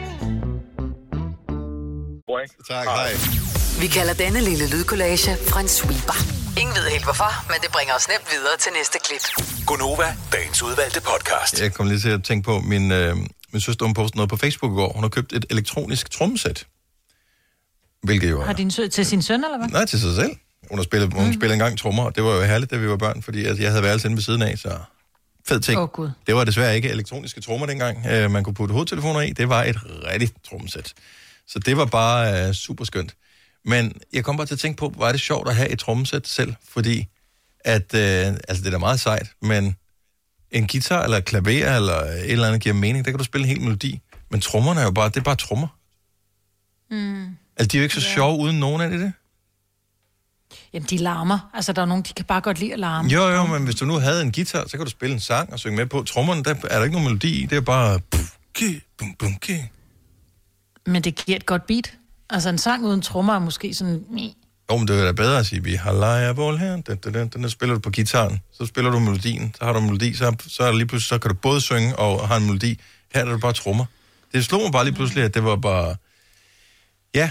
Speaker 1: Tak, hej.
Speaker 5: Vi kalder denne lille lydkollage en sweeper. Ingen ved helt hvorfor, men det bringer os nemt videre til næste klip.
Speaker 6: Gonova, dagens udvalgte podcast.
Speaker 1: Jeg kom lige til at tænke på, min søster, hun postede noget på Facebook i går. Hun har købt et elektronisk trommesæt. Hvilket jo er...
Speaker 3: Har din til sin søn, eller hvad?
Speaker 1: Nej, til sig selv. Hun spillede engang trommer, og det var jo herligt, da vi var børn, fordi jeg havde værelse inde ved siden af, så fed ting.
Speaker 3: Gud.
Speaker 1: Det var desværre ikke elektroniske trommer dengang. Man kunne putte hovedtelefoner i. Det var et rigtigt trommesæt. Så det var bare super skønt. Men jeg kom bare til at tænke på, hvor er det sjovt at have et trommesæt selv, fordi at, altså det er da meget sejt, men en guitar eller klaver eller et eller andet giver mening, der kan du spille en hel melodi. Men trommerne er jo bare, det er bare trommer. Altså de er jo ikke så sjove uden nogen af det.
Speaker 3: Jamen, de larmer. Altså, der er nogen, de kan bare godt lide at larme.
Speaker 1: Jo, men hvis du nu havde en guitar, så kan du spille en sang og synge med på. Trommerne, der er der ikke nogen melodi i. Det er bare...
Speaker 3: Men det giver et godt beat. Altså, en sang uden trommer er måske sådan...
Speaker 1: Jo, men det er da bedre at sige, vi har lejrebål her. Den spiller du på guitaren. Så spiller du melodien. Så har du en melodi, så er der lige pludselig, så kan du både synge og have en melodi. Her er det bare trommer. Det slog mig bare lige pludselig, at det var bare... Ja.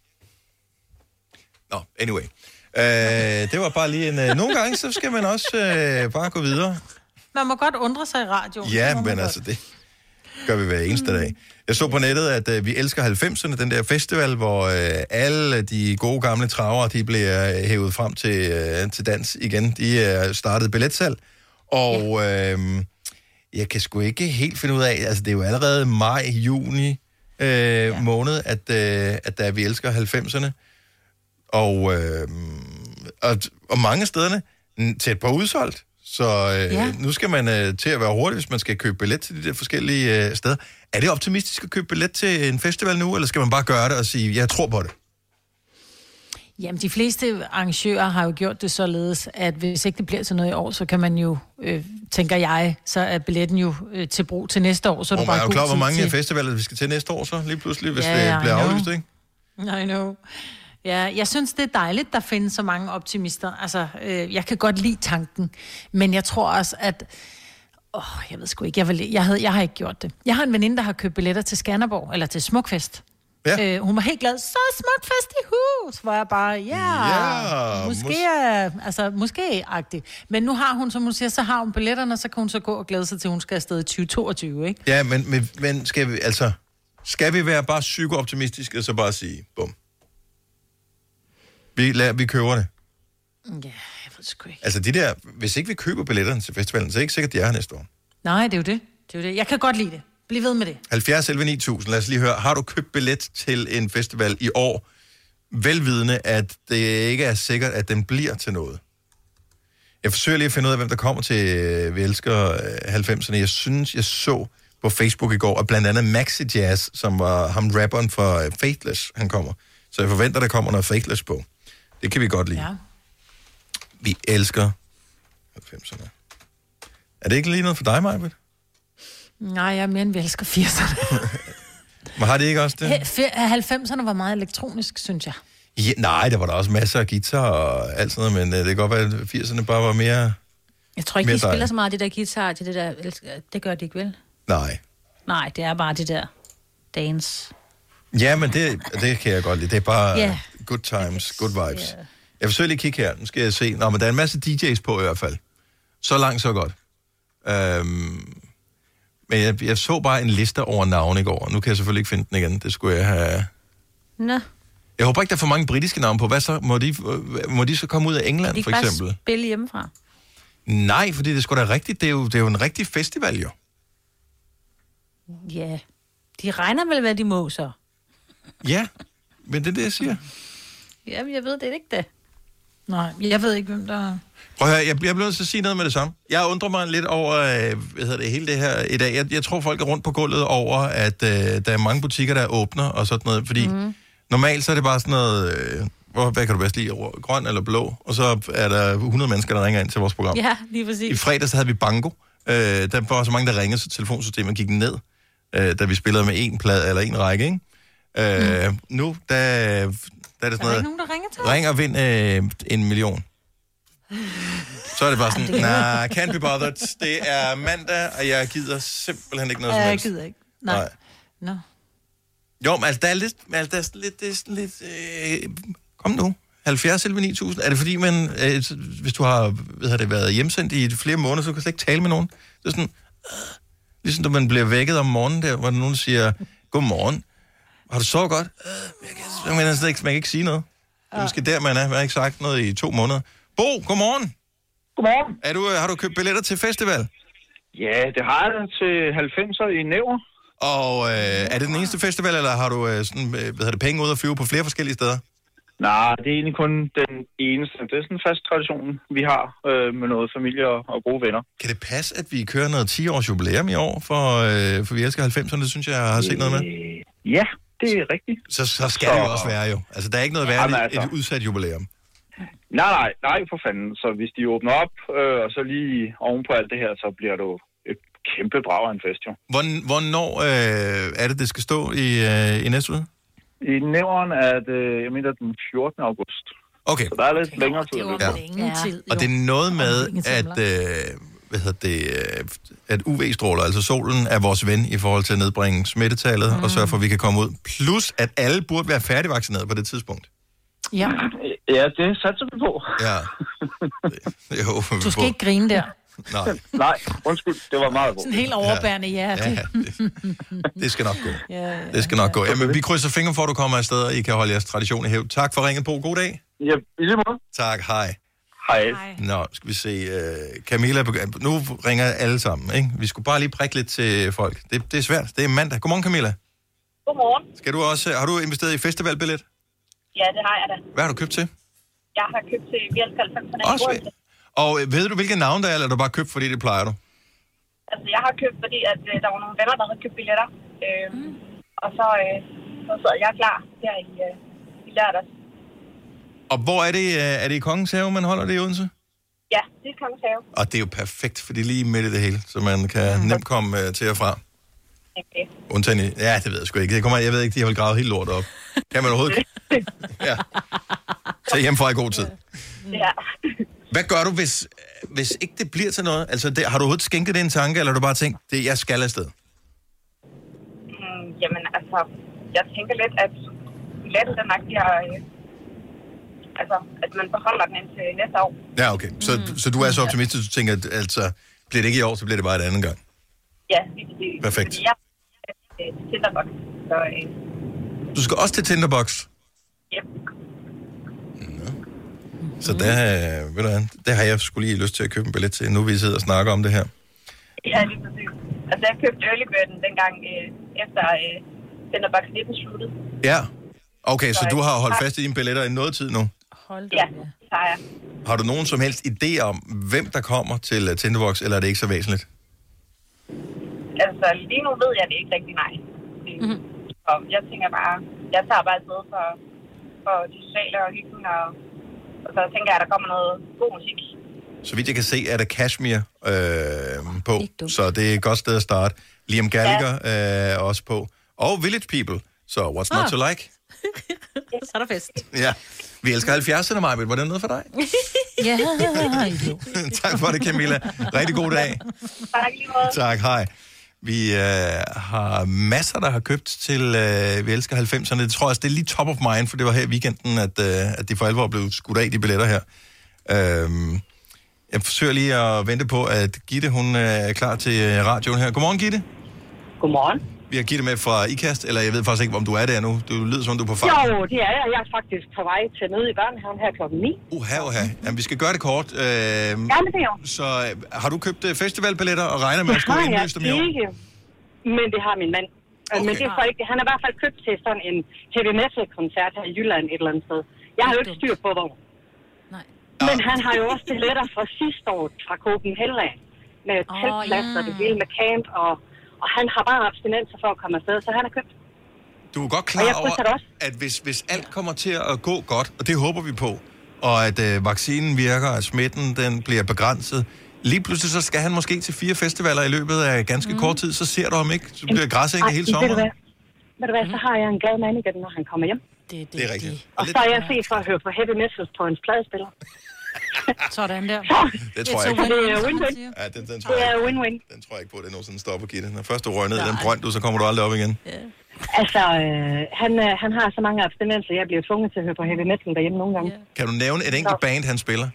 Speaker 1: Nå, anyway. Det var bare lige en... Nogle gange, så skal man også bare gå videre.
Speaker 3: Man må godt undre sig i radioen.
Speaker 1: Ja, men altså, det gør vi hver eneste dag. Jeg så på nettet, at vi elsker 90'erne, den der festival, hvor alle de gode gamle travere, de bliver hævet frem til dans igen. De startede billetsalg, og jeg kan sgu ikke helt finde ud af, altså det er jo allerede maj, juni måned, at der vi elsker 90'erne. Og mange stederne tæt på udsolgt. Så nu skal man til at være hurtig, hvis man skal købe billet til de der forskellige steder. Er det optimistisk at købe billet til en festival nu, eller skal man bare gøre det og sige, jeg tror på det?
Speaker 3: Jamen, de fleste arrangører har jo gjort det således, at hvis ikke det bliver til noget i år, så kan man jo, tænker jeg, så er billetten jo til brug til næste år. Så er du bare
Speaker 1: god tid til. Man er jo klar, hvor mange festivaler vi skal til næste år, så lige pludselig, hvis det bliver aflyst, ikke?
Speaker 3: I know. Ja, jeg synes, det er dejligt, der findes så mange optimister. Altså, jeg kan godt lide tanken, men jeg tror også, at... jeg ved sgu ikke, jeg har ikke gjort det. Jeg har en veninde, der har købt billetter til Skanderborg, eller til Smukfest. Ja. Hun var helt glad, så Smukfest i hus, hvor jeg bare, måske-agtigt. Men nu har hun, som hun siger, så har hun billetterne, så kan hun så gå og glæde sig til, hun skal afsted i 2022, ikke?
Speaker 1: Ja, men skal vi være bare psykooptimistiske, og så bare sige, bum. Vi køber det.
Speaker 3: Ja, jeg ved sgu ikke.
Speaker 1: Altså de der, hvis ikke vi køber billetterne til festivalen, så er det ikke sikkert, de er her næste år.
Speaker 3: Nej, det er jo det. Jeg kan godt lide det. Bliv ved med det.
Speaker 1: 70 11 9000, lad os lige høre. Har du købt billet til en festival i år, velvidende, at det ikke er sikkert, at den bliver til noget? Jeg forsøger lige at finde ud af, hvem der kommer til Vi elsker 90'erne. Jeg synes, jeg så på Facebook i går, at blandt andet Maxi Jazz, som var ham rapperen for Faithless, han kommer. Så jeg forventer, der kommer noget Faithless på. Det kan vi godt lide. Ja. Vi elsker 90'erne. Er det ikke lige noget for dig, Majbert?
Speaker 3: Nej, jeg er mere end vi elsker 80'erne.
Speaker 1: Men har det ikke også det?
Speaker 3: 90'erne var meget elektronisk, synes jeg.
Speaker 1: Ja, nej, der var der også masser af guitar og alt sådan noget, men det kan godt være, at 80'erne bare var mere...
Speaker 4: Jeg tror ikke, de spiller så meget det der guitar til det der... Det gør de ikke, vel?
Speaker 1: Nej.
Speaker 4: Nej, det er bare det der dance.
Speaker 1: Ja, men det kan jeg godt lide. Det er bare good times, good vibes. Yeah. Jeg forsøger lige at kigge her. Nu skal jeg se. Nå, men der er en masse DJ's på i hvert fald. Så langt, så godt. Men jeg så bare en liste over navne i går. Nu kan jeg selvfølgelig ikke finde den igen. Det skulle jeg have...
Speaker 4: Nå.
Speaker 1: Jeg håber ikke, der er for mange britiske navne på. Hvad så? Må de så komme ud af England, for eksempel?
Speaker 4: De kan bare spille hjemmefra.
Speaker 1: Nej, fordi det er sgu da rigtigt. Det er jo en rigtig festival, jo.
Speaker 4: Ja. De regner vel, hvad de må, så.
Speaker 1: Ja, men det er det, jeg siger.
Speaker 4: Jamen, jeg ved det ikke, det.
Speaker 3: Nej, jeg ved ikke, hvem der...
Speaker 1: Prøv at høre, jeg bliver nødt til at sige noget med det samme. Jeg undrer mig lidt over hele det her i dag. Jeg tror, folk er rundt på gulvet over, at der er mange butikker, der åbner og sådan noget. Fordi normalt så er det bare sådan noget... hvad kan du bedst lide? Grøn eller blå? Og så er der 100 mennesker, der ringer ind til vores program.
Speaker 4: Ja, lige præcis.
Speaker 1: I fredags havde vi bango. Der var så mange, der ringede, så telefonsystemet gik ned, da vi spillede med en plade eller en række, ikke? Nu, der er det sådan noget...
Speaker 3: Er der ikke nogen, der ringer til os?
Speaker 1: Ring og vind 1 million. Så er det bare sådan, nah, can't be bothered. Det er mandag, og jeg gider simpelthen ikke noget som helst.
Speaker 3: Jeg gider ikke. Nej. Nå.
Speaker 1: Jo, men altså, der er lidt... kom nu. 70 eller 9000. Er det fordi, man, hvis du har været hjemsendt i flere måneder, så kan du slet ikke tale med nogen? Det er sådan... ligesom når man bliver vækket om morgenen der, hvor nogen siger, godmorgen. Har du sovet godt? Man kan ikke sige noget. Det er måske der, man har ikke sagt noget i 2 måneder. Bo, godmorgen.
Speaker 20: Godmorgen.
Speaker 1: Har du købt billetter til festival?
Speaker 20: Ja, det har jeg til 90'er i Næver.
Speaker 1: Og er det den eneste festival, eller har du penge ud at flyve på flere forskellige steder?
Speaker 20: Nej, det er egentlig kun den eneste. Det er sådan en fast tradition, vi har med noget familie og gode venner.
Speaker 1: Kan det passe, at vi kører noget 10-års jubilæum i år for vi elsker 90'erne? Det synes jeg har set noget med.
Speaker 20: Ja, det er rigtigt.
Speaker 1: Så skal det jo også være jo. Altså, der er ikke noget værd i et udsat jubilæum.
Speaker 20: Nej, for fanden. Så hvis de åbner op, og så lige oven på alt det her, så bliver det jo et kæmpe brag af en fest, jo.
Speaker 1: Hvornår er det skal stå i næste uge?
Speaker 20: I Nævren er det, jeg mener, den 14. august.
Speaker 1: Okay.
Speaker 20: Så der er lidt længere tid.
Speaker 1: Og det er noget med, at UV-stråler, altså solen, er vores ven i forhold til at nedbringe smittetallet og sørge for, at vi kan komme ud. Plus, at alle burde være færdigvaccineret på det tidspunkt.
Speaker 3: Ja.
Speaker 20: Ja, det satser vi på.
Speaker 1: Ja. Det håber vi på.
Speaker 3: Du skal ikke grine der.
Speaker 20: Nej, undskyld, det var meget godt.
Speaker 3: Sådan helt overbærende,
Speaker 1: det skal nok gå. Det skal nok gå. Jamen, vi krydser fingre for, at du kommer afsted, og I kan holde jeres tradition i hævd. Tak for ringet på. God dag.
Speaker 20: Ja, i lige måde.
Speaker 1: Tak, hej.
Speaker 20: Hej.
Speaker 1: Nå, skal vi se. Camilla, nu ringer alle sammen, ikke? Vi skulle bare lige prikke lidt til folk. Det er svært. Det er mandag. Godmorgen, Camilla.
Speaker 12: Godmorgen.
Speaker 1: Har du investeret i festivalbillet?
Speaker 12: Ja, det har jeg da.
Speaker 1: Hvad har du købt til?
Speaker 12: Jeg har købt til Vi elsker 90'erne.
Speaker 1: Og ved du, hvilke navn der er, eller er du bare købt, fordi det plejer du?
Speaker 12: Altså, jeg har købt, fordi at, der var nogle venner, der havde købt billetter. Og så sad jeg klar her i lørdags.
Speaker 1: Og hvor er det? Er det i Kongens Have, man holder det i Odense?
Speaker 12: Ja, det er Kongens Have.
Speaker 1: Og det er jo perfekt, for det er lige midt i det hele, så man kan nemt komme til og fra.
Speaker 12: Okay.
Speaker 1: Undtagen ja, det ved jeg sgu ikke. Jeg ved ikke, de har vel gravet helt lortet op. Kan man overhovedet ikke? Ja. Tag hjem fra i god tid.
Speaker 12: Ja.
Speaker 1: Hvad gør du, hvis ikke det bliver til noget? Altså, har du overhovedet skænket det en tanke, eller har du bare tænkt, jeg skal afsted?
Speaker 12: Jamen, altså, jeg tænker lidt, at billetten den nok bliver... altså, at man beholder den indtil næste år.
Speaker 1: Ja, okay. Så du er så optimistisk, at du tænker, at altså, bliver det ikke i år, så bliver det bare et andet gang?
Speaker 12: Ja, det.
Speaker 1: Perfekt.
Speaker 12: Fordi jeg er til Tinderbox, så...
Speaker 1: Du skal også til Tinderbox?
Speaker 12: Yep.
Speaker 1: Så der har jeg skulle lige lyst til at købe en billet til, nu vi sidder og snakker om det her.
Speaker 12: Ja, lige præcis. Altså, jeg købte early birden dengang efter Tinderbox 19 sluttede.
Speaker 1: Ja. Okay, så du har holdt fast i dine billetter i noget tid nu?
Speaker 4: Hold
Speaker 12: da. Ja, det har jeg.
Speaker 1: Har du nogen som helst idé om, hvem der kommer til Tinderbox, eller er det ikke så væsentligt?
Speaker 12: Altså, lige nu ved jeg det ikke rigtig, nej. Og jeg tænker bare, jeg tager bare afsted for de sociale og hyggen, og så tænker jeg, at der kommer noget god musik.
Speaker 1: Så vidt jeg kan se, er der Kashmir på, så det er et godt sted at starte. Liam Gallagher er også på. Og Village People, så what's not to like?
Speaker 4: Så er der fest.
Speaker 1: Ja, vi elsker 70'erne, Majbet. Var det noget for dig?
Speaker 4: Ja,
Speaker 1: Tak for det, Camilla. Rigtig god dag.
Speaker 12: Tak lige måde.
Speaker 1: Tak, hej. Vi har masser, der har købt til Vi elsker 90'erne. Det tror jeg også, det er lige top of mind, for det var her i weekenden, at de for alvor blev skudt af, de billetter her. Jeg forsøger lige at vente på, at Gitte, hun er klar til radioen her. Godmorgen, Gitte.
Speaker 21: Godmorgen.
Speaker 1: Vi har Gitte med fra IKAST, eller jeg ved faktisk ikke, om du er der nu. Du lyder som, du er på fart.
Speaker 21: Jo, det er jeg. Jeg er faktisk på vej til møde i børnehaven her klokken 9.
Speaker 1: Uha. Jamen, vi skal gøre det kort.
Speaker 21: Ja, men det er jo.
Speaker 1: Så har du købt festivalbilletter og regner med at skulle indløse dem i år?
Speaker 21: Ikke, men det har min mand. Okay. Men det er for ikke, han har i hvert fald købt til sådan en heavy metal-koncert her i Jylland et eller andet sted. Jeg har jo ikke styr på, hvor.
Speaker 4: Nej.
Speaker 21: Men han har jo også billetter fra sidste år fra Copenhagen med teltplads og det hele med camp, og han har bare abstinenser for at komme afsted, så han har købt.
Speaker 1: Du er godt klar over, at hvis alt kommer til at gå godt, og det håber vi på, og at vaccinen virker, og smitten den bliver begrænset, lige pludselig så skal han måske til 4 festivaler i løbet af ganske kort tid, så ser du ham ikke, så bliver græsænke hele sommeren.
Speaker 21: Ved du hvad, så har jeg en glad mand igen, når han kommer hjem.
Speaker 1: Det er rigtigt.
Speaker 21: Og så er jeg set for at høre på heavy metal på en pladespiller.
Speaker 4: Sådan der.
Speaker 1: Det tror jeg ikke.
Speaker 21: Det er win-win.
Speaker 1: Ja, den
Speaker 21: det er win-win.
Speaker 1: Den tror jeg ikke på, at det nogensinde stopper, Gitte. Når først du rører ned i den brønd, så kommer du aldrig op igen.
Speaker 21: Yeah. Altså, han har så mange abstinenser, jeg bliver tvunget til at høre på heavy metal derhjemme nogle gange. Yeah.
Speaker 1: Kan du nævne et enkelt band, han spiller?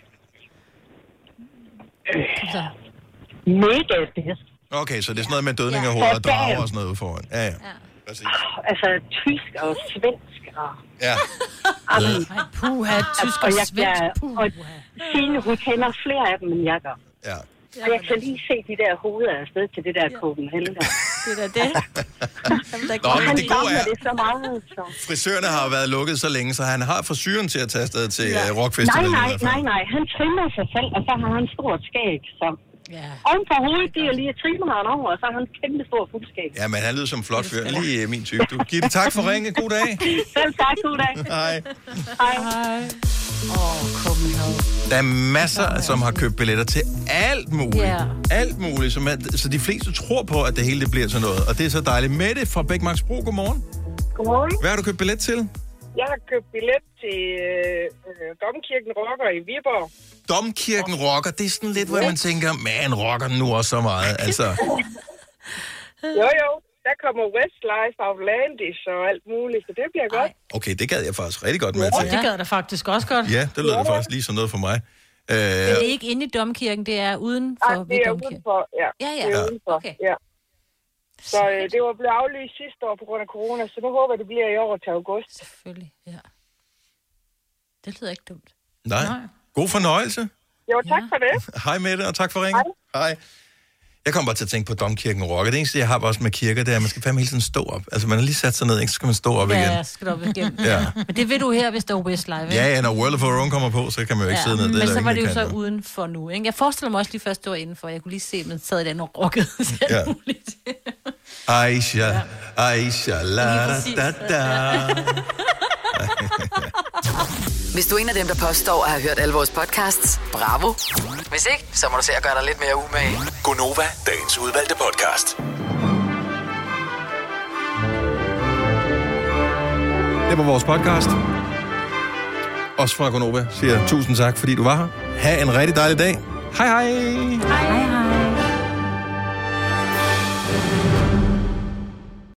Speaker 21: Mega bedst.
Speaker 1: Okay, så det er sådan noget med dødningerhoveder og drager og sådan noget ude foran. Ja. Præcis.
Speaker 21: Altså, tysk og svensk og...
Speaker 1: Ja.
Speaker 4: Puha, tysk og svensk.
Speaker 21: Og Signe, hun kender flere af dem, end jeg gør.
Speaker 1: Ja.
Speaker 21: Og jeg kan lige se de der hoveder afsted til det der Copenhagen der.
Speaker 4: Det er det.
Speaker 1: Nå, men det gode er,
Speaker 21: det så meget, så.
Speaker 1: Frisørerne har været lukket så længe, så han har frisyren til at tage afsted til rockfestivalen.
Speaker 21: Nej. Han trimmer sig selv, og så har han stort skæg, så... Ja. Oven på hovedet, det er lige trimmer han over, og så har han kæmpe stor fuldskæg.
Speaker 1: Ja, men han lyder som flot fyr. Lige min type. Du Gitte, tak for ringe. God dag.
Speaker 21: Selv tak, god dag.
Speaker 1: Hej.
Speaker 21: Hej.
Speaker 1: Der er masser, som har købt billetter til alt muligt. Yeah. Alt muligt. Så de fleste tror på, at det hele det bliver sådan noget. Og det er så dejligt. Mette fra Bækmarksbro, godmorgen.
Speaker 22: Godmorgen.
Speaker 1: Hvad har du købt billet til?
Speaker 22: Jeg har købt billet til Domkirken Rocker i Viborg.
Speaker 1: Domkirken Rocker, det er sådan lidt, hvor man tænker, man rocker nu også så meget, altså.
Speaker 22: Jo, der kommer Westlife, Outlandish og alt muligt, så det bliver godt.
Speaker 1: Okay, det gad jeg faktisk rigtig godt med til.
Speaker 4: Det gad der faktisk også godt.
Speaker 1: Ja, det lyder faktisk lige som noget for mig.
Speaker 4: Men det er ikke inde i Domkirken, det er uden for
Speaker 22: det er udenfor, ja.
Speaker 4: Ja.
Speaker 22: Det er udenfor,
Speaker 4: okay.
Speaker 22: Ja. Så det var blevet aflyst sidste år på grund af corona, så nu håber jeg, det bliver i år til august.
Speaker 4: Selvfølgelig, ja. Det lyder ikke dumt.
Speaker 1: Nej. God fornøjelse.
Speaker 22: Jo, tak for det.
Speaker 1: Hej Mette, og tak for ringen. Hej. Jeg kommer bare til at tænke på Domkirken Rocker. Det eneste, jeg har også med kirker, det er, at man skal fandme hele tiden stå op. Altså, man har lige sat sig ned, ikke? Så skal man stå op igen.
Speaker 4: Ja, skal du op igen.
Speaker 1: Ja.
Speaker 4: Men det vil du her, hvis der er Westlife, ikke?
Speaker 1: Ja, når World of Our Own kommer på, så kan man jo ikke sidde ned.
Speaker 4: Men så var det jo så udenfor nu, ikke? Jeg forestiller mig også lige først, det var indenfor. Jeg kunne lige se, at man sad i den og rockede. Ja.
Speaker 1: Aisha, la da da.
Speaker 5: Hvis du er en af dem, der påstår at have hørt alle vores podcasts, bravo. Hvis ikke, så må du se at gøre dig lidt mere umage.
Speaker 6: Gonova, dagens udvalgte podcast.
Speaker 1: Det var vores podcast. Også fra Gonova siger tusind tak, fordi du var her. Ha' en rigtig dejlig dag. Hej hej.
Speaker 4: Hej hej.